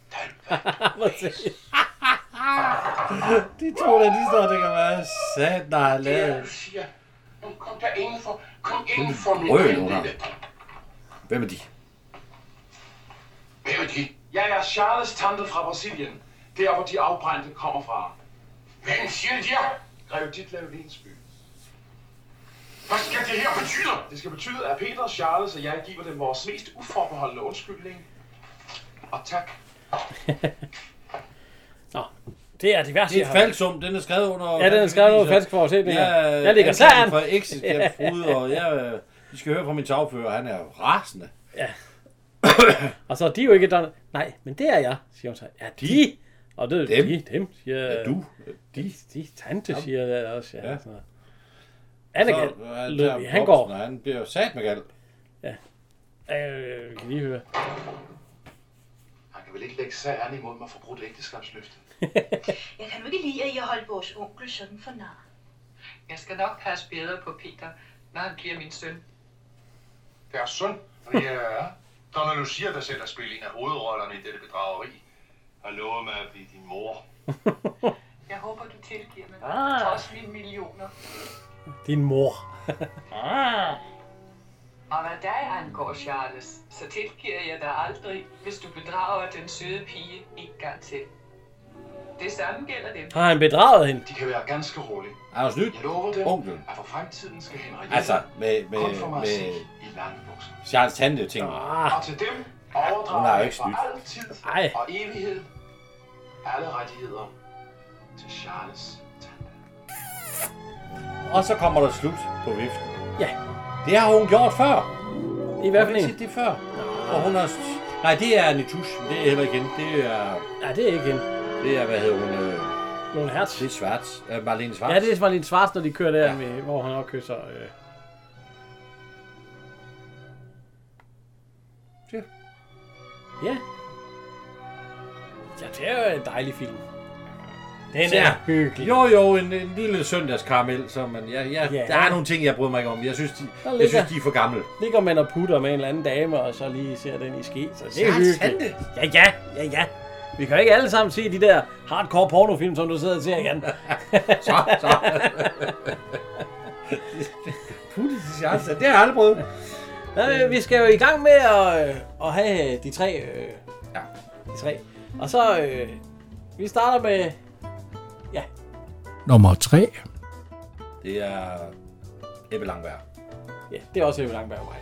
De to der, de står, det kan være sat, der har lavet.
Lucia, nu kom der indenfor. Kom indenfor, min
venlige. Hvem er de?
Hvem er de?
Jeg er Charles tante fra Brasilien. Der, hvor de afbrændte kommer fra.
Hvem siger de?
Grev Ditlev Lensby.
Hvad skal det her betyde?
Det skal betyde, at Peter, Charles og jeg giver dem vores mest uforbeholdende undskyldning. Og tak.
Nå, det er diverse.
Det er falsum, den er skrevet under...
Ja, den er skrevet under falsk forudsætninger.
Ja,
jeg ligger sådan.
For ægteskabsbrud, og jeg, vi skal høre fra min sagfører, han er rasende.
Ja. Og så er de jo ikke done. Nej, men det er jeg, siger hun så. Ja, de. Og det er
dem.
de, dem, siger...
Ja, du.
De, de, tante, siger jeg også. Ja,
ja.
Sådan han er gal. Han, han går.
Han bliver sat med gal.
Ja. Øh, vi kan lige høre.
Han kan vel ikke lægge sag an imod mig for brudt ægteskabsløfte.
Jeg kan jo ikke lide, at I har holdt vores onkel sådan for nar.
Jeg skal nok passe bedre på Peter, når han bliver min søn.
Deres søn? Ja, Donna Lucia, der selv har spillet en af hovedrollerne i dette bedrageri, har lovet mig at blive din mor.
Jeg håber, du tilgiver mig.
Ah.
Trods mine millioner.
Din mor.
ah. Og hvad dig angår, Charles, så tilgiver jeg dig aldrig, hvis du bedrager den søde pige en gang til. Det samme gælder dem.
Har han bedraget hende?
De kan være ganske rolige.
Er du snydt?
Jeg lover dem,
Onklen.
at for fremtiden skal Henriette
Altså, med, med,
kun få mig at se
med
i lange bukser.
Charles tante ting.
Ah.
Og til dem
Hun har
overdrager
jo
jeg
ikke
for
snydt.
altid
Ej.
og evighed alle rettigheder til Charles tante.
Og så kommer der slut på viften.
Ja.
Det har hun gjort før.
I hvad
Har
for
vi
en?
set det før? Og hun har... Nej, det er Nitush. Det er heller ikke hende. Det er...
Ja, det er ikke hende.
Det er, hvad hedder hun? Øh...
Lone Hertz.
Det er Schwarz. Øh, Marlene Schwarz.
Ja, det er Marlene Schwarz, når de kører der,
Ja.
med, hvor han også kysser. Øh.
Ja.
Ja. Ja, det er jo en dejlig film. Den
Ja.
er hyggelig.
Jo, jo, en, en lille søndagskaramel, så man, ja, ja,
Ja.
der er nogle ting, jeg bryder mig ikke om. Jeg synes, de,
Der
jeg
ligger-
synes, de er for gamle.
Ligger man og putter med en eller anden dame, og så lige ser den i ske. Så det er
Charles
hyggeligt.
Tante.
Ja, ja, ja, ja. Vi kan jo ikke alle sammen se de der hardcore pornofilm, som du sidder og ser igen.
Så, så. Putte til Charles, det har jeg aldrig prøvet.
Ja, vi skal jo i gang med at, øh, at have de tre. Øh,
ja.
De tre. Og så, øh, vi starter med, ja.
Nummer tre.
Det er Ebbe Langberg.
Ja, det er også Ebbe Langberg mig.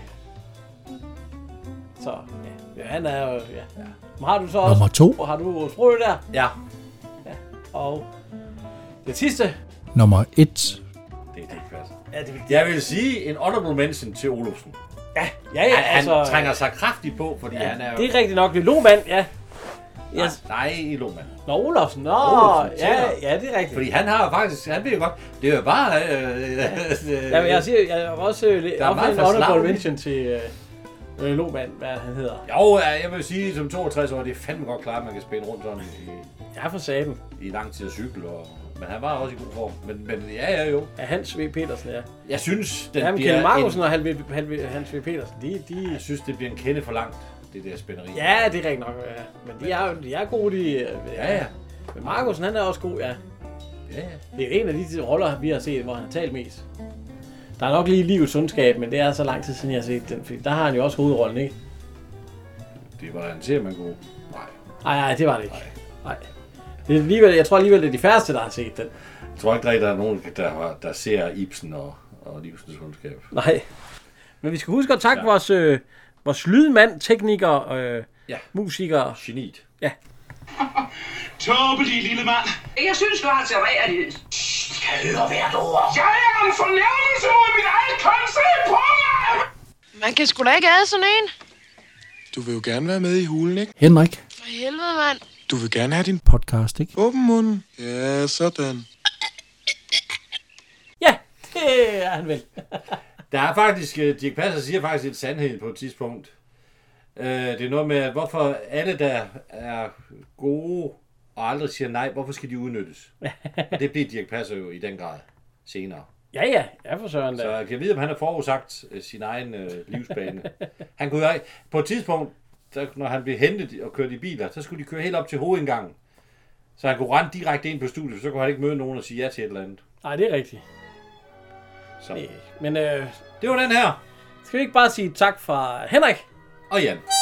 Så, ja. Ja, han er jo, ja. ja. Men har du så også...
Nummer to.
Og har du sprøjt der?
Ja.
Ja. Og det sidste.
Nummer et.
Det er det passer.
Ja, det,
Jeg vil sige en honorable mention til Olufsen.
Ja, ja, ja.
Han,
altså,
han trænger sig kraftigt på, fordi
ja,
han er jo...
det er rigtigt nok. Det er Lohmann, ja.
Nej, nej, i Lohmann.
Nå, Olufsen. Nå,
Olufsen,
ja,
senere.
ja, det er rigtigt.
Fordi han har jo faktisk, han ved jo godt, det er jo bare... Øh, øh,
Ja, men jeg siger, jeg har også øh,
er
også
meget
en honorable
forslaget.
mention til øh, øh, Lohmann, hvad han hedder.
Jo, ja, jeg vil sige, som toogtres år, det er fandme godt klart, at man kan spænde rundt sådan i,
Ja, for saben.
i lang tid at cykle. Og, men han var også i god form. Men, men ja, ja, jo.
Ja, Hans V. Petersen, ja.
Jeg synes, den
Ja, men
bliver
Kjeld Markusen
en,
og Hans V. Hans V- Hans V. Petersen, de, de...
Jeg synes, det bliver en kende for langt, det der spænderi.
Ja, det er rigtigt nok, ja. Men de er jo de er gode, de... øh,
Ja, ja.
Men Markusen, han er også god, ja.
Ja, ja.
Det er jo en af de roller, vi har set, hvor han har talt mest. Der er nok lige livets ondskab, men det er så lang tid siden, jeg har set den. Fordi der har han jo også hovedrollen, ikke?
Det var en til, man kunne... Nej.
Nej, nej, det var det ikke. Nej. Det er alligevel, jeg tror alligevel, det er de færreste, der har set den.
Jeg tror ikke, der er nogen, der, har- der ser Ibsen og, og livsens ondskab.
Nej. Men vi skal huske at takke ja. vores, øh, vores lydmand, tekniker, øh,
ja.
musiker.
Geniet.
Ja.
Tåbelig lille mand.
Jeg synes, du har serveret.
Kan høre hvert ord. Jeg er en fornærmelse mod mit eget køn. Se på mig!
Man kan sgu da ikke have sådan en.
Du vil jo gerne være med i hulen, ikke?
Henrik.
For helvede, mand.
Du vil gerne have din
Podcast, ikke?
åben munden. Ja, sådan.
Ja, det er han vel.
Der er faktisk, uh, Dirch Passer siger faktisk en sandhed på et tidspunkt. Uh, det er noget med, at hvorfor alle, der er gode og aldrig siger nej, hvorfor skal de udnyttes? Og det bliver Dirch Passer jo i den grad senere.
Ja, ja, ja for søren da.
Så jeg kan vide, om han har forudsagt uh, sin egen uh, livsbane. Han kunne jo ikke, på et tidspunkt, der, når han blev hentet og kørt i biler, så skulle de køre helt op til hovedindgangen. Så han kunne rende direkte ind på studiet, så kunne han ikke møde nogen og sige ja til et eller andet.
Nej, det er rigtigt.
Så.
Nej. Men øh,
det var den her.
Skal vi ikke bare sige tak fra Henrik?
Og Jan.